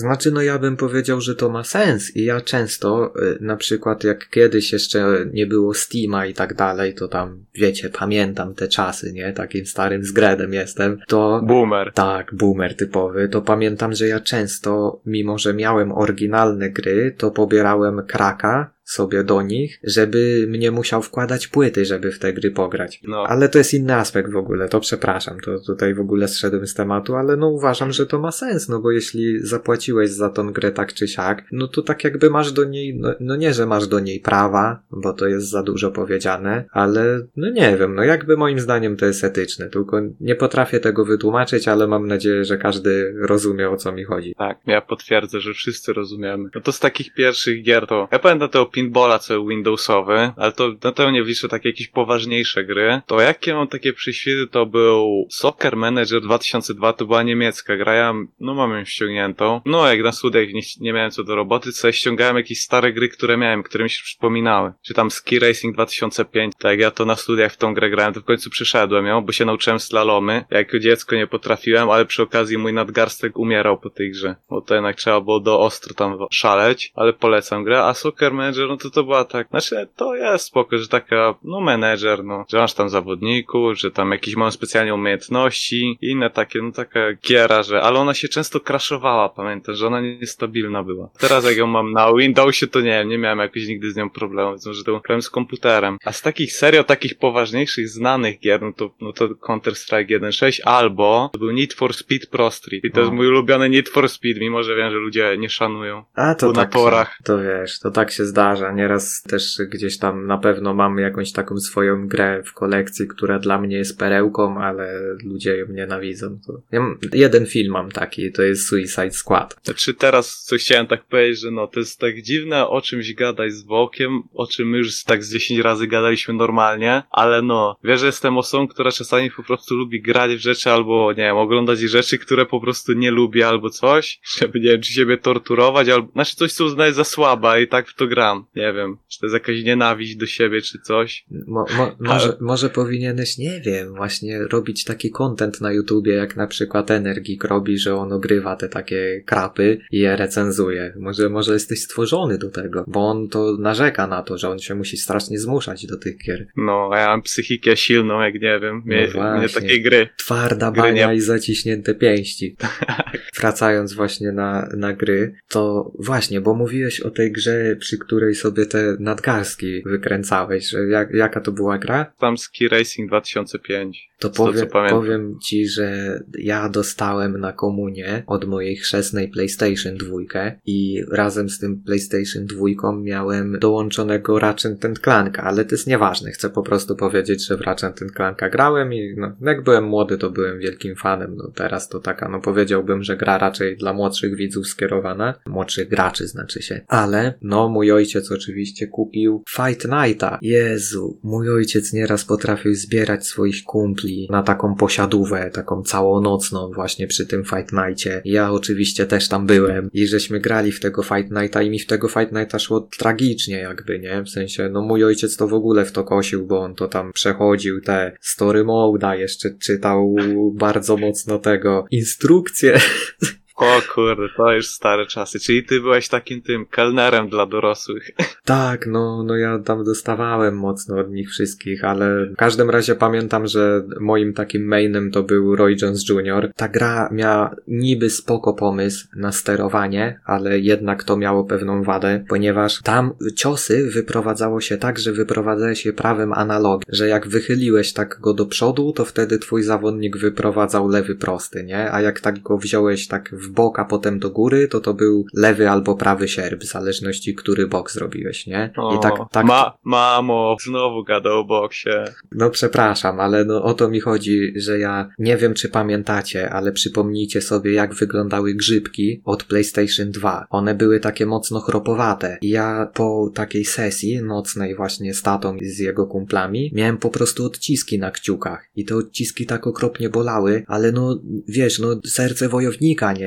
ja bym powiedział, że to ma sens i ja często, na przykład jak kiedyś jeszcze nie było Steama i tak dalej, to tam, wiecie, pamiętam te czasy, nie? Takim starym zgredem jestem, to... Boomer. Tak, boomer typowy, to pamiętam, że ja często, mimo że miałem oryginalne gry, to pobierałem kraka sobie do nich, żeby mnie musiał wkładać płyty, żeby w te gry pograć. No. Ale to jest inny aspekt w ogóle, to przepraszam, to tutaj w ogóle zszedłem z tematu, ale no uważam, że to ma sens, no bo jeśli zapłaciłeś za tą grę tak czy siak, no to tak jakby masz do niej, no, no nie, że masz do niej prawa, bo to jest za dużo powiedziane, ale no nie wiem, no jakby moim zdaniem to jest etyczne, tylko nie potrafię tego wytłumaczyć, ale mam nadzieję, że każdy rozumie, o co mi chodzi. Tak, ja potwierdzę, że wszyscy rozumiemy. No to z takich pierwszych gier to, ja pamiętam tego pinballa, co Windowsowy, ale to na to nie wliczę takie jakieś poważniejsze gry. To jakie mam takie przyświty, to był Soccer Manager dwa tysiące dwa, to była niemiecka gra, ja no mam ją ściągniętą. No jak na studiach nie, nie miałem co do roboty, to sobie ściągałem jakieś stare gry, które miałem, które mi się przypominały. Czy tam Ski Racing dwa tysiące pięć, tak jak ja to na studiach w tą grę grałem, to w końcu przeszedłem ją, bo się nauczyłem slalomy. Ja jako dziecko nie potrafiłem, ale przy okazji mój nadgarstek umierał po tej grze, bo to jednak trzeba było do ostro tam szaleć, ale polecam grę, a Soccer Manager, no to to była tak, znaczy to jest spoko, że taka, no menedżer, no, że masz tam zawodników, że tam jakieś mają specjalne umiejętności, inne takie, no taka giera, że, ale ona się często crashowała, pamiętam, że ona niestabilna była. Teraz jak ją mam na Windowsie, to nie wiem, nie miałem jakoś nigdy z nią problemu, więc może to był problem z komputerem. A z takich serio, takich poważniejszych, znanych gier, no to, no to Counter-Strike jeden sześć, albo to był Need for Speed Pro Street. I to jest mój ulubiony Need for Speed, mimo że wiem, że ludzie nie szanują. A to na tak porach. Się, to wiesz, to tak się zdarza. Nieraz też gdzieś tam na pewno mam jakąś taką swoją grę w kolekcji, która dla mnie jest perełką, ale ludzie ją nienawidzą. To... Ja mam, jeden film mam taki, to jest Suicide Squad. Znaczy teraz coś chciałem tak powiedzieć, że no to jest tak dziwne o czymś gadać z Wołkiem, o czym my już tak z dziesięć razy gadaliśmy normalnie, ale no, wiesz, że jestem osobą, która czasami po prostu lubi grać w rzeczy albo, nie wiem, oglądać rzeczy, które po prostu nie lubię albo coś, żeby, nie wiem, czy siebie torturować, albo, znaczy coś, co uznaję za słaba i tak w to gram. Nie wiem, czy to jest jakaś nienawiść do siebie, czy coś. Mo, mo, może, może powinieneś, nie wiem, właśnie robić taki content na YouTubie, jak na przykład Energik robi, że on ogrywa te takie krapy i je recenzuje. Może, może jesteś stworzony do tego, bo on to narzeka na to, że on się musi strasznie zmuszać do tych gier. No, a ja mam psychikę silną, jak nie wiem, mnie, no mnie takie gry. Twarda gry bania nie... i zaciśnięte pięści. Wracając właśnie na, na gry, to właśnie, bo mówiłeś o tej grze, przy której sobie te nadgarstki wykręcałeś, że jak, jaka to była gra? Tam Ski Racing dwa tysiące pięć. To, to powie, co pamiętam. powiem ci, że ja dostałem na komunię od mojej chrzestnej PlayStation dwa i razem z tym PlayStation dwa miałem dołączonego Ratchet and Clanka, ale to jest nieważne, chcę po prostu powiedzieć, że w Ratchet and Clanka grałem i no, jak byłem młody, to byłem wielkim fanem, no teraz to taka, no powiedziałbym, że gra raczej dla młodszych widzów skierowana, młodszych graczy znaczy się, ale no mój ojciec oczywiście kupił Fight Nighta. Jezu, mój ojciec nieraz potrafił zbierać swoich kumpli na taką posiadówę, taką całonocną właśnie przy tym Fight Nightie. Ja oczywiście też tam byłem i żeśmy grali w tego Fight Nighta i mi w tego Fight Nighta szło tragicznie jakby, nie? W sensie, no mój ojciec to w ogóle w to kosił, bo on to tam przechodził te story mode'a, jeszcze czytał bardzo mocno tego instrukcje. O kurde, to już stare czasy. Czyli ty byłeś takim tym kelnerem dla dorosłych. Tak, no, no ja tam dostawałem mocno od nich wszystkich, ale w każdym razie pamiętam, że moim takim mainem to był Roy Jones junior Ta gra miała niby spoko pomysł na sterowanie, ale jednak to miało pewną wadę, ponieważ tam ciosy wyprowadzało się tak, że wyprowadzałeś je prawym analogiem, że jak wychyliłeś tak go do przodu, to wtedy twój zawodnik wyprowadzał lewy prosty, nie? A jak tak go wziąłeś tak w bok, a potem do góry, to to był lewy albo prawy sierp, w zależności, który bok zrobiłeś, nie? O, I tak, tak... Ma, mamo, znowu gadał o boksie. No przepraszam, ale no o to mi chodzi, że ja nie wiem, czy pamiętacie, ale przypomnijcie sobie, jak wyglądały grzybki od PlayStation dwa. One były takie mocno chropowate. I ja po takiej sesji nocnej właśnie z tatą i z jego kumplami miałem po prostu odciski na kciukach. I te odciski tak okropnie bolały, ale no wiesz, no serce wojownika, nie?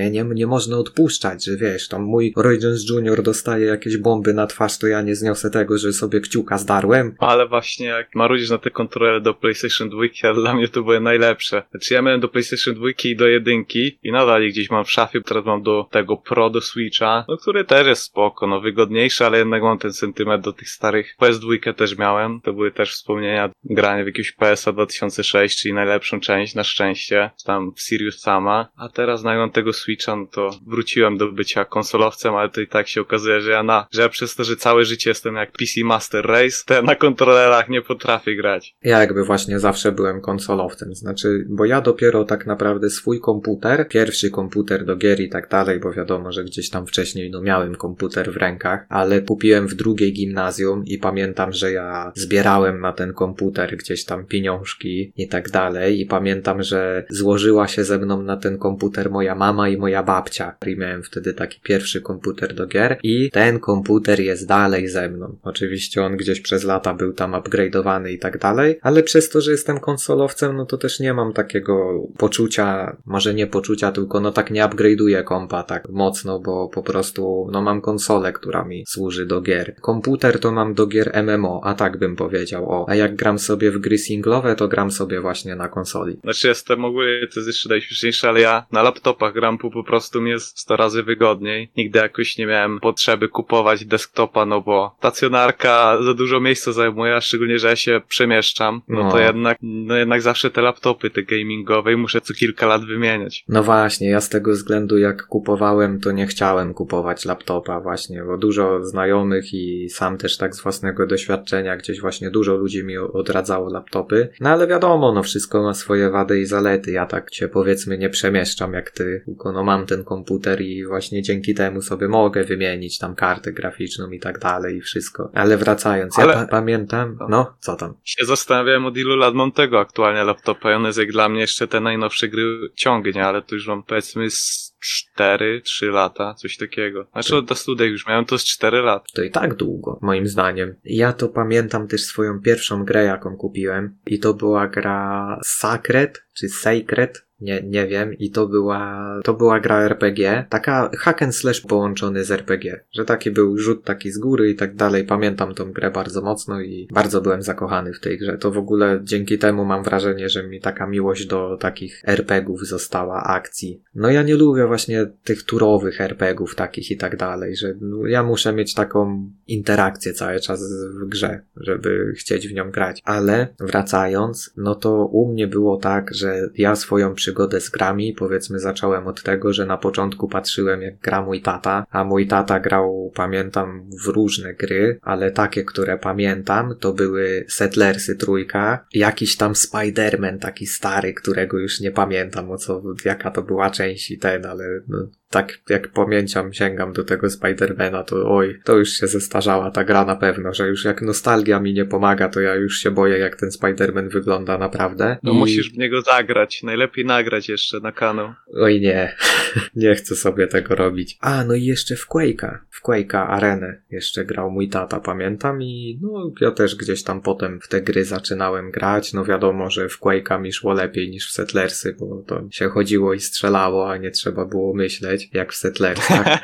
nie? Nie, nie można odpuszczać, że wiesz, tam mój Roy Jones junior dostaje jakieś bomby na twarz, to ja nie zniosę tego, że sobie kciuka zdarłem. Ale właśnie jak marudzisz na te kontrole do PlayStation dwa, dla mnie to były najlepsze. Znaczy ja miałem do PlayStation dwa i do jedynki i nadal je gdzieś mam w szafie, teraz mam do tego Pro, do Switcha, no który też jest spoko, no wygodniejszy, ale jednak mam ten sentyment do tych starych. P S dwa też miałem, to były też wspomnienia grania w jakiegoś P S a dwa tysiące sześć, czyli najlepszą część, na szczęście, tam w Sirius Sama, a teraz znając tego Switcha, no to wróciłem do bycia konsolowcem, ale to i tak się okazuje, że ja na, że ja przez to, że całe życie jestem jak P C Master Race, to ja na kontrolerach nie potrafię grać. Ja jakby właśnie zawsze byłem konsolowcem, znaczy, bo ja dopiero tak naprawdę swój komputer, pierwszy komputer do gier i tak dalej, bo wiadomo, że gdzieś tam wcześniej no miałem komputer w rękach, ale kupiłem w drugiej gimnazjum i pamiętam, że ja zbierałem na ten komputer gdzieś tam pieniążki i tak dalej i pamiętam, że złożyła się ze mną na ten komputer moja mama i moja babcia i miałem wtedy taki pierwszy komputer do gier i ten komputer jest dalej ze mną. Oczywiście on gdzieś przez lata był tam upgrade'owany i tak dalej, ale przez to, że jestem konsolowcem, no to też nie mam takiego poczucia, może nie poczucia, tylko no tak nie upgrade'uję kompa tak mocno, bo po prostu no mam konsolę, która mi służy do gier. Komputer to mam do gier M M O, a tak bym powiedział, o. A jak gram sobie w gry singlowe, to gram sobie właśnie na konsoli. Znaczy jestem ogólnie, to jest jeszcze najśmieszniejsze, ale ja na laptopach gram, po, po prostu mi jest sto razy wygodniej. Nigdy jakoś nie miałem potrzeby kupować desktopa, no bo stacjonarka za dużo miejsca zajmuje, a szczególnie, że ja się przemieszczam, no, no to jednak, no jednak zawsze te laptopy, te gamingowe, muszę co kilka lat wymieniać. No właśnie, ja z tego względu jak kupowałem, to nie chciałem kupować laptopa właśnie, bo dużo znajomych i sam też tak z własnego doświadczenia gdzieś właśnie dużo ludzi mi odradzało laptopy. No ale wiadomo, no wszystko ma swoje wady i zalety. Ja tak się powiedzmy nie przemieszczam jak ty, tylko no mam ten komputer i właśnie dzięki temu sobie mogę wymienić tam kartę graficzną i tak dalej i wszystko. Ale wracając, ale... ja pa- pamiętam, no co tam? Się zastanawiałem od ilu lat mam tego aktualnie laptopa i on jest jak dla mnie jeszcze te najnowsze gry ciągnie, ale to już mam powiedzmy z cztery trzy lata, coś takiego. Znaczy od studiach już miałem to z cztery lata. To i tak długo, moim zdaniem. Ja to pamiętam też swoją pierwszą grę, jaką kupiłem i to była gra Sacred, czy Sacred, nie, nie wiem, i to była, to była gra R P G, taka hack and slash połączony z R P G, że taki był rzut taki z góry i tak dalej. Pamiętam tą grę bardzo mocno i bardzo byłem zakochany w tej grze. To w ogóle dzięki temu mam wrażenie, że mi taka miłość do takich er pe gie ów została, akcji. No ja nie lubię właśnie tych turowych er pe gie ów takich i tak dalej, że no, ja muszę mieć taką interakcję cały czas w grze, żeby chcieć w nią grać. Ale wracając, no to u mnie było tak, że ja swoją przygodę z grami, powiedzmy, zacząłem od tego, że na początku patrzyłem, jak gra mój tata, a mój tata grał, pamiętam, w różne gry, ale takie, które pamiętam, to były Settlersy trójka, jakiś tam Spider-Man taki stary, którego już nie pamiętam, o co, jaka to była część i ten, ale no, tak jak pamięciam, sięgam do tego Spider-Mana, to oj, to już się zestarzała ta gra na pewno, że już jak nostalgia mi nie pomaga, to ja już się boję, jak ten Spider-Man wygląda naprawdę. No I... musisz w niego zagrać, najlepiej nagrać jeszcze na kanał. Oj nie, nie chcę sobie tego robić. A, no i jeszcze w Quake'a, w Quake'a Arenę jeszcze grał mój tata, pamiętam i no ja też gdzieś tam potem w te gry zaczynałem grać, no wiadomo, że w Quake'a mi szło lepiej niż w Settlersy, bo to się chodziło i strzelało, a nie trzeba było myśleć, jak w Settlersach.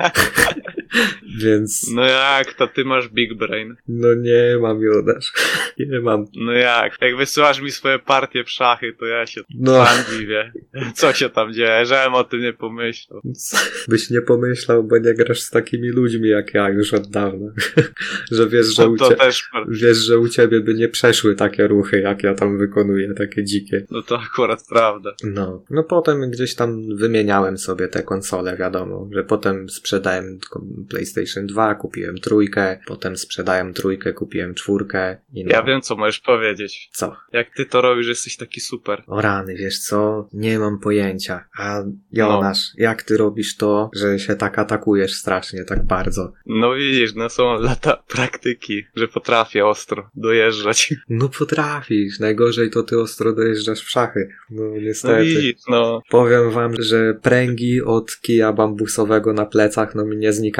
Więc... No jak, to ty masz big brain. No nie mam, Jodasz. Nie mam. No jak, jak wysyłasz mi swoje partie w szachy, to ja się no. sam dziwię. Co się tam dzieje, żebym o tym nie pomyślał. Byś nie pomyślał, bo nie grasz z takimi ludźmi jak ja już od dawna. Że wiesz, że, no u to cie... też... wiesz, że u ciebie by nie przeszły takie ruchy, jak ja tam wykonuję, takie dzikie. No to akurat prawda. No, no potem gdzieś tam wymieniałem sobie te konsole, wiadomo, że potem sprzedałem PlayStation dwa, kupiłem trójkę, potem sprzedałem trójkę, kupiłem czwórkę. I no. Ja wiem, co możesz powiedzieć. Co? Jak ty to robisz, jesteś taki super. O rany, wiesz co? Nie mam pojęcia. A Jonasz, no. Jak ty robisz to, że się tak atakujesz strasznie, tak bardzo? No widzisz, no są lata praktyki, że potrafię ostro dojeżdżać. No potrafisz. Najgorzej to ty ostro dojeżdżasz w szachy. No niestety. No widzisz, no. Powiem wam, że pręgi od kija bambusowego na plecach, no mi nie znikają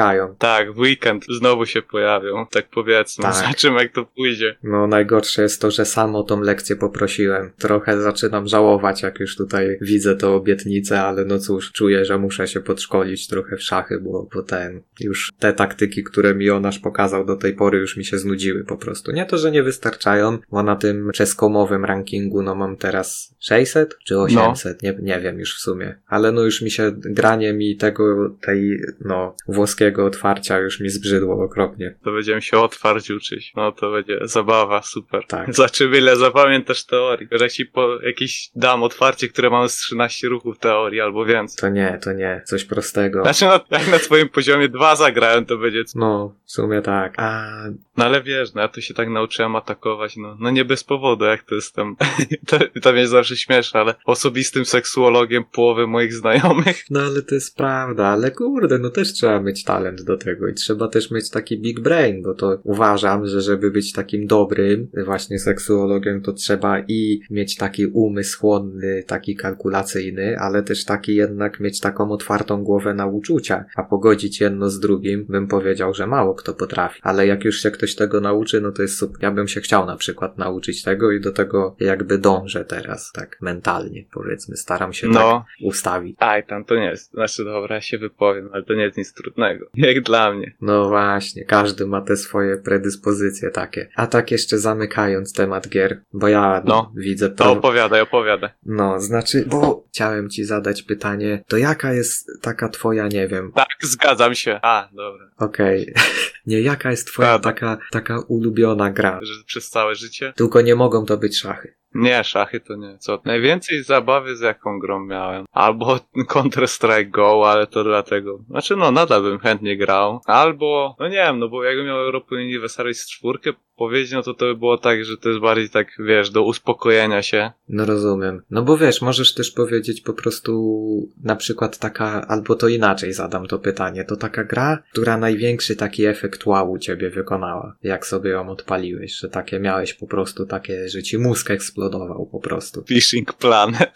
wracają. Tak, w weekend znowu się pojawią, tak powiedzmy. Tak. Zobaczymy jak to pójdzie. No najgorsze jest to, że sam o tą lekcję poprosiłem. Trochę zaczynam żałować, jak już tutaj widzę tę obietnicę, ale no cóż, czuję, że muszę się podszkolić trochę w szachy, bo, bo ten, już te taktyki, które mi Jonasz pokazał do tej pory, już mi się znudziły po prostu. Nie to, że nie wystarczają, bo na tym czeskomowym rankingu no mam teraz sześćset czy osiemset, no. nie, nie wiem już w sumie. Ale no już mi się, granie mi tego, tej, no, włoskiego otwarcia już mi zbrzydło okropnie. To będziemy się otwarć uczyć. No to będzie zabawa, super. Tak. Zobaczymy ile zapamiętasz teorii. Że ci po jakieś dam otwarcie, które mamy z trzynaście ruchów teorii albo więcej. To nie, to nie, coś prostego. Znaczy no, jak na twoim poziomie dwa zagrałem, to będzie... No, w sumie tak. A... No ale wiesz, no ja tu się tak nauczyłem atakować, no, no nie bez powodu, jak to jestem. to, to mnie zawsze śmieszy, ale osobistym seksuologiem połowy moich znajomych. No ale to jest prawda, ale kurde, no też trzeba mieć talent do tego i trzeba też mieć taki big brain, bo to uważam, że żeby być takim dobrym właśnie seksuologiem, to trzeba i mieć taki umysł chłonny, taki kalkulacyjny, ale też taki jednak mieć taką otwartą głowę na uczucia, a pogodzić jedno z drugim, bym powiedział, że mało kto potrafi. Ale jak już się ktoś tego nauczy, no to jest super. Ja bym się chciał na przykład nauczyć tego i do tego jakby dążę teraz, tak mentalnie powiedzmy, staram się no. tak ustawić. Aj, tam to nie jest. Znaczy dobra, ja się wypowiem, ale to nie jest nic trudnego. Jak dla mnie. No właśnie, każdy ma te swoje predyspozycje takie. A tak jeszcze zamykając temat gier, bo ja no. widzę to... To opowiadaj, opowiadaj. No, znaczy, bo chciałem ci zadać pytanie, to jaka jest taka twoja, nie wiem... Tak, zgadzam się. A, dobra. Okej. Okay. Nie, jaka jest twoja A, taka, taka ulubiona gra? Że przez całe życie? Tylko nie mogą to być szachy. Nie, szachy to nie. Co? Najwięcej zabawy z jaką grą miałem. Albo Counter-Strike Go, ale to dlatego. Znaczy no, nadal bym chętnie grał. Albo, no nie wiem, no bo jakbym miał European Universalis czwórkę powiedzieć, no to to by było tak, że to jest bardziej tak, wiesz, do uspokojenia się. No rozumiem. No bo wiesz, możesz też powiedzieć po prostu na przykład taka, albo to inaczej zadam to pytanie, to taka gra, która największy taki efekt wow u ciebie wykonała, jak sobie ją odpaliłeś, że takie miałeś po prostu takie, że ci mózg eksplodował po prostu. Fishing Planet.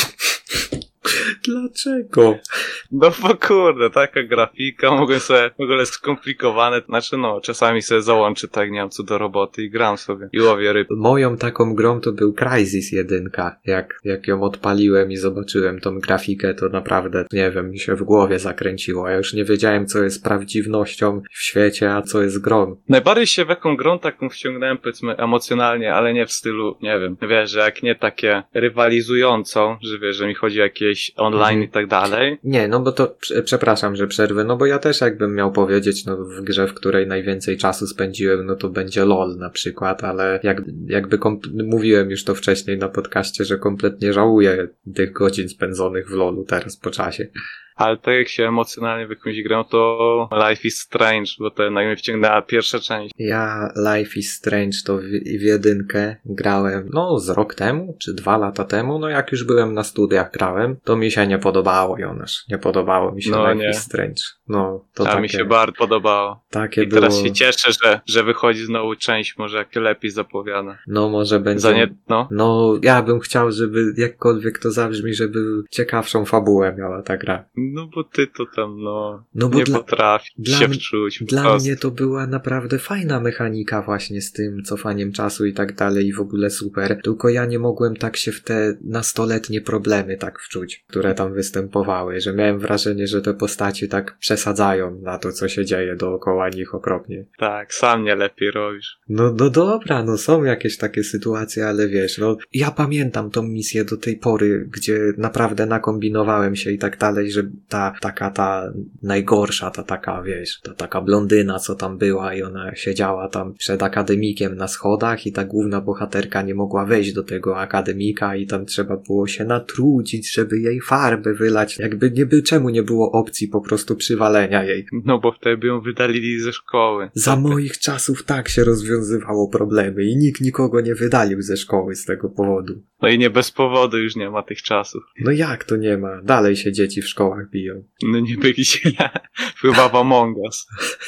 Dlaczego? No bo kurde, taka grafika, mogę sobie, w ogóle skomplikowane, znaczy no, czasami sobie załączę tak, nie wiem, co do roboty i gram sobie i łowię ryb. Moją taką grą to był Crysis jeden. Jak, jak ją odpaliłem i zobaczyłem tą grafikę, to naprawdę, nie wiem, mi się w głowie zakręciło. Ja już nie wiedziałem, co jest prawdziwnością w świecie, a co jest grą. Najbardziej się w jaką grą taką wciągnąłem, powiedzmy, emocjonalnie, ale nie w stylu, nie wiem, wiesz, że jak nie takie rywalizującą, że wiesz, że mi chodzi o jakieś online mhm. i tak dalej. Nie, no bo to, przepraszam, że przerwę, no bo ja też jakbym miał powiedzieć, no w grze, w której najwięcej czasu spędziłem, no to będzie LOL na przykład, ale jak, jakby komp- mówiłem już to wcześniej na podcaście, że kompletnie żałuję tych godzin spędzonych w LOLu teraz po czasie. Ale tak jak się emocjonalnie w jakąś grę, to Life is Strange, bo to jednak mnie wciągnęła pierwsza część. Ja Life is Strange to w, w jedynkę grałem, no z rok temu, czy dwa lata temu, no jak już byłem na studiach grałem, to mi się nie podobało, Jonasz. Nie podobało mi się no, Life nie. is Strange. No, to A takie, mi się bardzo podobało. Takie I było... teraz się cieszę, że, że wychodzi znowu część, może jak lepiej zapowiada. No może będzie... Za nie, no. no ja bym chciał, żeby jakkolwiek to zabrzmi, żeby ciekawszą fabułę miała ta gra. No bo ty to tam, no, no bo nie dla, potrafisz dla się m- wczuć. Dla prostu. mnie to była naprawdę fajna mechanika właśnie z tym cofaniem czasu i tak dalej i w ogóle super. Tylko ja nie mogłem tak się w te nastoletnie problemy tak wczuć, które tam występowały, że miałem wrażenie, że te postaci tak przesadzają na to, co się dzieje dookoła nich okropnie. Tak, sam nie lepiej robisz. No, no dobra, no są jakieś takie sytuacje, ale wiesz, no ja pamiętam tą misję do tej pory, gdzie naprawdę nakombinowałem się i tak dalej, że ta taka ta najgorsza, ta taka, wiesz, ta taka blondyna, co tam była i ona siedziała tam przed akademikiem na schodach i ta główna bohaterka nie mogła wejść do tego akademika i tam trzeba było się natrudzić, żeby jej farbę wylać. Jakby nie by, czemu nie było opcji po prostu przywalenia jej. No bo wtedy by ją wydalili ze szkoły. Za moich czasów tak się rozwiązywało problemy i nikt nikogo nie wydalił ze szkoły z tego powodu. No i nie bez powodu już nie ma tych czasów. No jak to nie ma? Dalej się dzieci w szkołach biją. No nie byli się chyba w Among Us.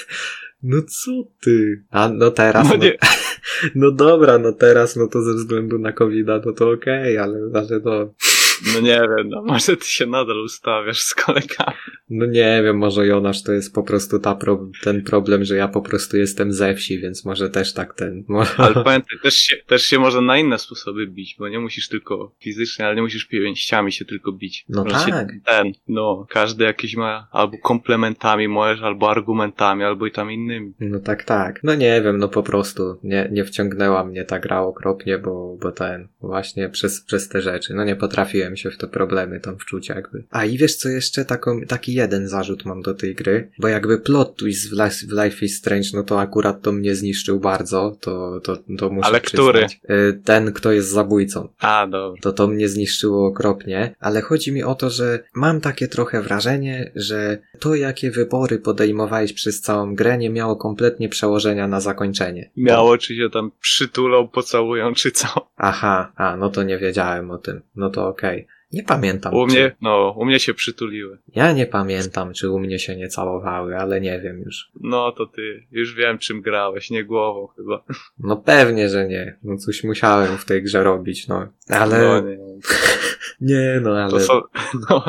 No co ty? A no teraz... No, no, nie. no dobra, no teraz no to ze względu na kowida no to okej, okay, ale, ale no... No nie wiem, no może ty się nadal ustawiasz z kolegami. No nie wiem, może Jonasz to jest po prostu ta pro- ten problem, że ja po prostu jestem ze wsi, więc może też tak ten... Może... Ale pamiętaj, też się, też się można na inne sposoby bić, bo nie musisz tylko fizycznie, ale nie musisz pięściami się tylko bić. No Może tak. Się ten, no, każdy jakiś ma albo komplementami możesz, albo argumentami, albo i tam innymi. No tak, tak. No nie wiem, no po prostu nie, nie wciągnęła mnie ta gra okropnie, bo, bo ten, właśnie przez, przez te rzeczy. No nie potrafiłem się w te problemy tam wczuć jakby. A i wiesz co jeszcze? Taką, taki jeden zarzut mam do tej gry, bo jakby plot twist w Life, w Life is Strange, no to akurat to mnie zniszczył bardzo, to, to, to muszę Ale przyznać. który? Ten, kto jest zabójcą. A, dobra. To to mnie zniszczyło okropnie, ale chodzi mi o to, że mam takie trochę wrażenie, że to jakie wybory podejmowałeś przez całą grę nie miało kompletnie przełożenia na zakończenie. Miało, czy się tam przytulą, pocałują, czy co? Aha, a no to nie wiedziałem o tym. No to okej. Okay. Nie pamiętam. U czy... mnie, no, u mnie się przytuliły. Ja nie pamiętam, czy u mnie się nie całowały, ale nie wiem już. No to ty, już wiem czym grałeś, nie głową chyba. No pewnie, że nie. No coś musiałem w tej grze robić, no. Ale... No nie. nie, no ale... To są... no.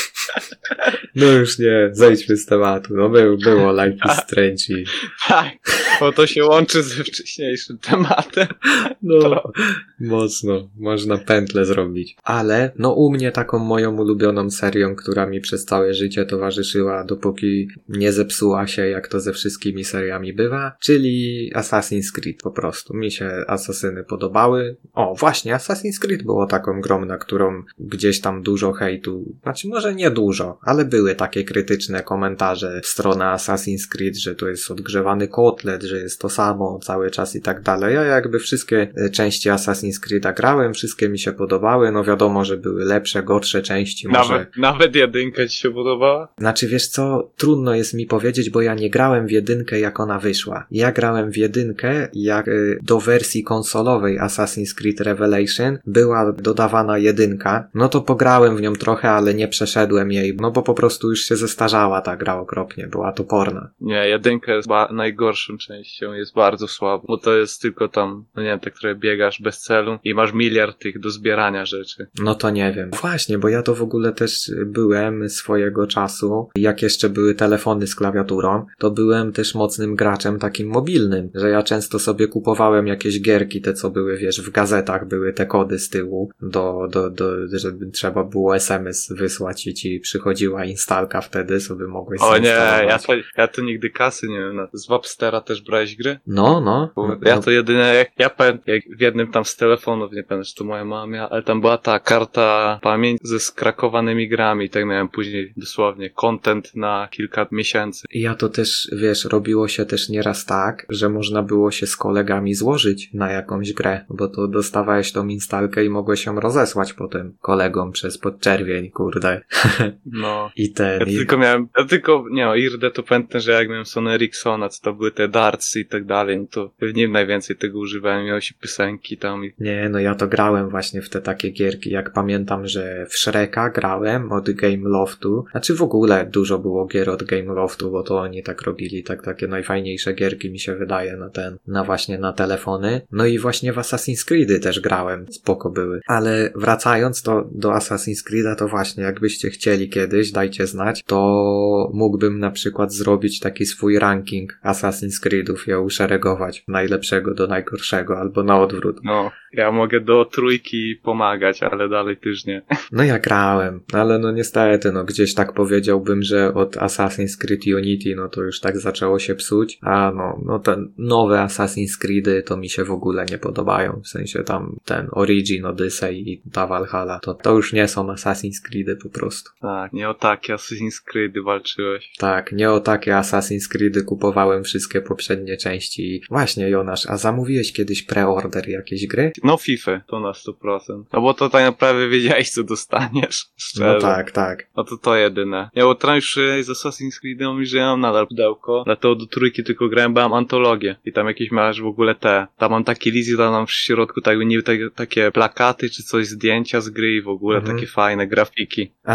No już nie, zejdźmy z tematu. No był, było Life is Strange i... Tak, bo to się łączy ze wcześniejszym tematem. No, mocno. Można pętlę zrobić. Ale, no u mnie taką moją ulubioną serią, która mi przez całe życie towarzyszyła, dopóki nie zepsuła się, jak to ze wszystkimi seriami bywa, czyli Assassin's Creed po prostu. Mi się asasyny podobały. O, właśnie, Assassin's Creed było taką grą, na którą gdzieś tam dużo hejtu, znaczy może nie dużo, ale były takie krytyczne komentarze w stronę Assassin's Creed, że to jest odgrzewany kotlet, że jest to samo cały czas i tak dalej. Ja jakby wszystkie części Assassin's Creed'a grałem, wszystkie mi się podobały, no wiadomo, że były lepsze, gorsze części. Może... Nawet, nawet jedynka ci się podobała? Znaczy wiesz co, trudno jest mi powiedzieć, bo ja nie grałem w jedynkę jak ona wyszła. Ja grałem w jedynkę jak y, do wersji konsolowej Assassin's Creed Revelation była dodawana jedynka, no to pograłem w nią trochę, ale nie przeszedłem jej, no bo po prostu już się zestarzała ta gra okropnie, była toporna. Nie, jedynka jest ba- najgorszą częścią, jest bardzo słaba, bo to jest tylko tam, no nie wiem, te, które biegasz bez celu i masz miliard tych do zbierania rzeczy. No to nie wiem. Właśnie, bo ja to w ogóle też byłem swojego czasu, jak jeszcze były telefony z klawiaturą, to byłem też mocnym graczem takim mobilnym, że ja często sobie kupowałem jakieś gierki, te co były, wiesz, w gazetach były te kody z tyłu, do, do, do, żeby trzeba było es em es wysłać i ci przychodziła instalka wtedy, sobie mogłeś O nie, zainstalować. ja to, ja to nigdy kasy nie wiem, z Wapstera też brałeś gry? No, no. Bo no ja to jedyne, jak, ja pamiętam, jak w jednym tam z telefonów, nie pamiętam, czy to moja mama miała, ale tam była ta karta pamięć ze skrakowanymi grami i tak miałem później dosłownie content na kilka miesięcy. Ja to też, wiesz, robiło się też nieraz tak, że można było się z kolegami złożyć na jakąś grę, bo to dostawałeś tą instalkę i mogłeś ją rozesłać potem kolegom przez podczerwień, kurde. No. I ten... Ja i... tylko miałem, ja tylko, nie no, Irdę to pamiętam, że jak miałem Sony Ericssona, co to były te dartsy i tak dalej, no to w nim najwięcej tego używałem, miało się piosenki tam i... Nie, no ja to grałem właśnie w te takie gierki, jak pamiętam, że w Shreka grałem od Game Loftu, znaczy w ogóle dużo było gier od Game Loftu, bo to oni tak robili, tak takie najfajniejsze gierki mi się wydaje na ten, na właśnie na telefony, no i właśnie w Assassin's Creedy też grałem, spoko były, ale wracając to do Assassin's Creed'a, to właśnie jakbyście chcieli kiedyś, dajcie znać, to mógłbym na przykład zrobić taki swój ranking Assassin's Creedów, je uszeregować najlepszego do najgorszego, albo na odwrót. No, ja mogę do trójki pomagać, ale dalej też nie. No ja grałem, ale no niestety, no gdzieś tak powiedziałbym, że od Assassin's Creed Unity, no to już tak zaczęło się psuć, a no, no te nowe Assassin's Creedy to mi się w ogóle nie podobają, w sensie tam ten Origin, Odyssey i ta Valhalla, to, to już nie są Assassin's Creedy po prostu. Tak, nie o takie Assassin's Creedy walczyłeś. Tak, nie o takie Assassin's Creedy kupowałem wszystkie poprzednie części. Właśnie, Jonasz, a zamówiłeś kiedyś preorder jakiejś gry? No FIFA to na sto procent. No bo to tak naprawdę wiedziałeś co dostaniesz. Szczerze. No tak, tak. No to to jedyne. Ja bo tam już z Assassin's Creedem że ja mam nadal pudełko, dlatego do trójki tylko grałem, bo mam antologię. I tam jakieś masz w ogóle te, tam mam takie lizje, tam mam w środku tak, nie, takie, takie plakaty czy coś, zdjęcia z gry i w ogóle mhm. takie fajne grafiki. Ale ja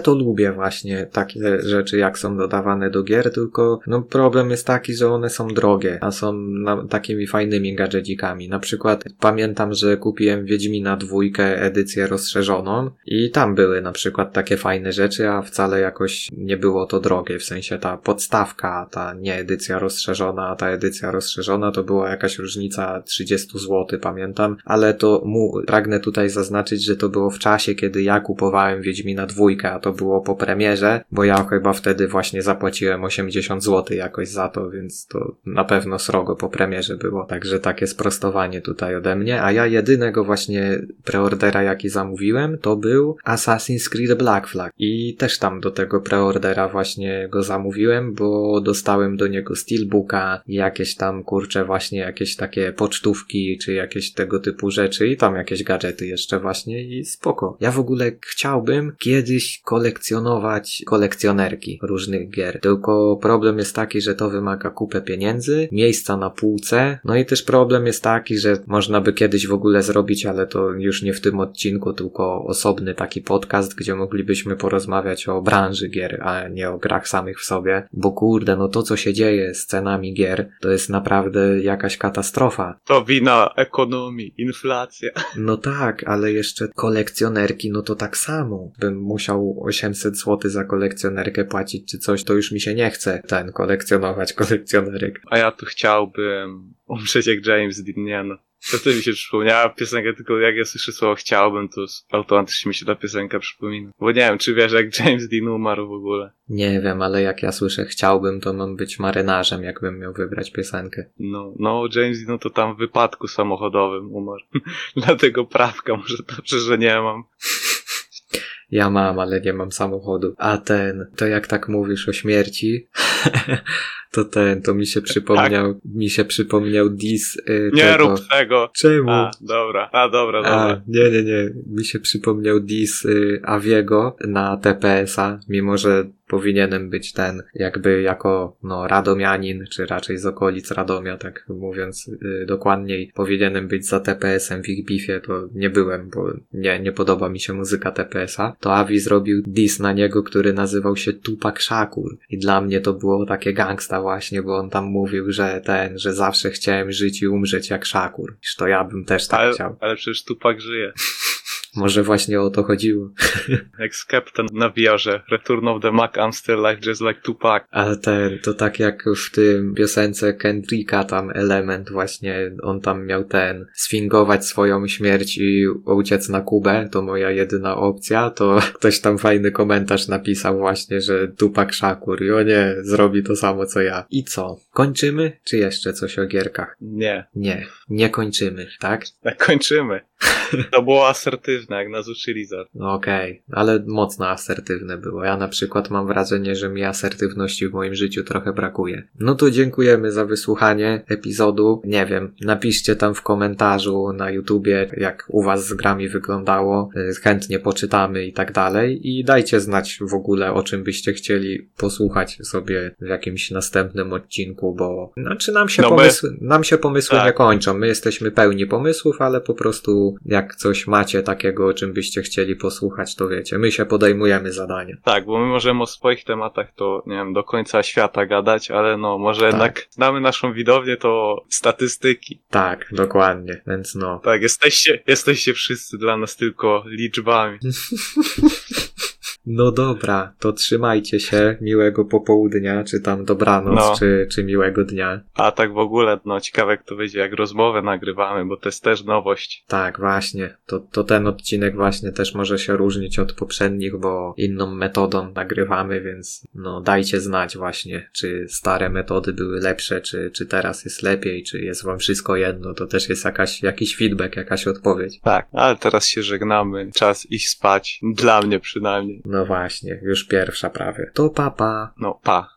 to lubię właśnie takie rzeczy, jak są dodawane do gier, tylko no problem jest taki, że one są drogie, a są na, takimi fajnymi gadżecikami. Na przykład pamiętam, że kupiłem Wiedźmina dwójkę edycję rozszerzoną i tam były na przykład takie fajne rzeczy, a wcale jakoś nie było to drogie, w sensie ta podstawka, ta nie edycja rozszerzona, a ta edycja rozszerzona to była jakaś różnica trzydzieści złotych, pamiętam, ale to mu, pragnę tutaj zaznaczyć, że to było w czasie, kiedy ja kupowałem Wiedźmina dwójkę, a to było po premierze, bo ja chyba wtedy właśnie zapłaciłem osiemdziesiąt złotych jakoś za to, więc to na pewno srogo po premierze było, także takie sprostowanie tutaj ode mnie, a ja jedynego właśnie preordera jaki zamówiłem, to był Assassin's Creed Black Flag i też tam do tego preordera właśnie go zamówiłem, bo dostałem do niego steelbooka i jakieś tam kurcze właśnie jakieś takie pocztówki, czy jakieś tego typu rzeczy i tam jakieś gadżety jeszcze właśnie i spoko. Ja w ogóle chciałbym kiedyś kolekcjonować kolekcjonerki różnych gier, tylko problem jest taki, że to wymaga kupę pieniędzy, miejsca na półce, no i też problem jest taki, że można by kiedyś w ogóle zrobić, ale to już nie w tym odcinku, tylko osobny taki podcast, gdzie moglibyśmy porozmawiać o branży gier, a nie o grach samych w sobie, bo kurde, no to co się dzieje z cenami gier, to jest naprawdę jakaś katastrofa. To wina ekonomii, inflacja. No tak, ale jeszcze kolekcjonerki, no to tak samo. Bym musiał osiemset złotych za kolekcjonerkę płacić czy coś, to już mi się nie chce ten kolekcjonować kolekcjonerek. A ja tu chciałbym umrzeć jak James Dean, nie no. To mi się przypomniała piosenka, tylko jak ja słyszę słowo chciałbym, to automatycznie mi się ta piosenka przypomina. Bo nie wiem, czy wiesz, jak James Dean umarł w ogóle. Nie wiem, ale jak ja słyszę chciałbym, to mam być marynarzem, jakbym miał wybrać piosenkę. No, no James Dean to tam w wypadku samochodowym umarł. Dlatego prawka, może dobrze, że nie mam. Ja mam, ale nie mam samochodu. A ten, to jak tak mówisz o śmierci, to ten, to mi się przypomniał, tak. mi się przypomniał dis y, Nie tego. rób tego. Czemu? A, dobra, a dobra, dobra. A, nie, nie, nie. Mi się przypomniał dis y, Aviego na T P S a, mimo że powinienem być ten, jakby jako, no, radomianin, czy raczej z okolic Radomia, tak mówiąc yy, dokładniej, powinienem być za T P S em w ich bifie, to nie byłem, bo nie, nie podoba mi się muzyka T P S a. To Avi zrobił diss na niego, który nazywał się Tupac Shakur i dla mnie to było takie gangsta właśnie, bo on tam mówił, że ten, że zawsze chciałem żyć i umrzeć jak Shakur, iż to ja bym też tak ale, chciał. Ale przecież Tupac żyje. Może właśnie o to chodziło. Jak Skepta nawijał, że Return of the Mac, I'm still alive just like Tupac. Ale ten, to tak jak w tym piosence Kendricka tam element właśnie, on tam miał ten, sfingować swoją śmierć i uciec na Kubę, to moja jedyna opcja, to ktoś tam fajny komentarz napisał właśnie, że Tupac Shakur i o nie, zrobi to samo co ja. I co? Kończymy? Czy jeszcze coś o gierkach? Nie. Nie, nie kończymy, tak? Tak, kończymy. To było asertywne, jak nas uczy Lizard. Okej, okay, ale mocno asertywne było. Ja na przykład mam wrażenie, że mi asertywności w moim życiu trochę brakuje. No to dziękujemy za wysłuchanie epizodu. Nie wiem, napiszcie tam w komentarzu na YouTubie, jak u was z grami wyglądało. Chętnie poczytamy i tak dalej. I dajcie znać w ogóle, o czym byście chcieli posłuchać sobie w jakimś następnym odcinku, bo znaczy nam się, no pomysły, my... nam się pomysły tak. nie kończą. My jesteśmy pełni pomysłów, ale po prostu jak coś macie takiego, o czym byście chcieli posłuchać, to wiecie, my się podejmujemy zadania. Tak, bo my możemy o swoich tematach to, nie wiem, do końca świata gadać, ale no, może tak. jednak znamy naszą widownię, to statystyki. Tak, dokładnie, więc no. Tak, jesteście, jesteście wszyscy dla nas tylko liczbami. No dobra, to trzymajcie się, miłego popołudnia, czy tam dobranoc, no. czy, czy miłego dnia. A tak w ogóle, no ciekawe jak to wyjdzie, jak rozmowę nagrywamy, bo to jest też nowość. Tak, właśnie, to, to ten odcinek właśnie też może się różnić od poprzednich, bo inną metodą nagrywamy, więc no dajcie znać właśnie, czy stare metody były lepsze, czy, czy teraz jest lepiej, czy jest wam wszystko jedno, to też jest jakaś, jakiś feedback, jakaś odpowiedź. Tak, ale teraz się żegnamy, czas iść spać, dla mnie przynajmniej. No właśnie, już pierwsza prawie. To papa. No, pa.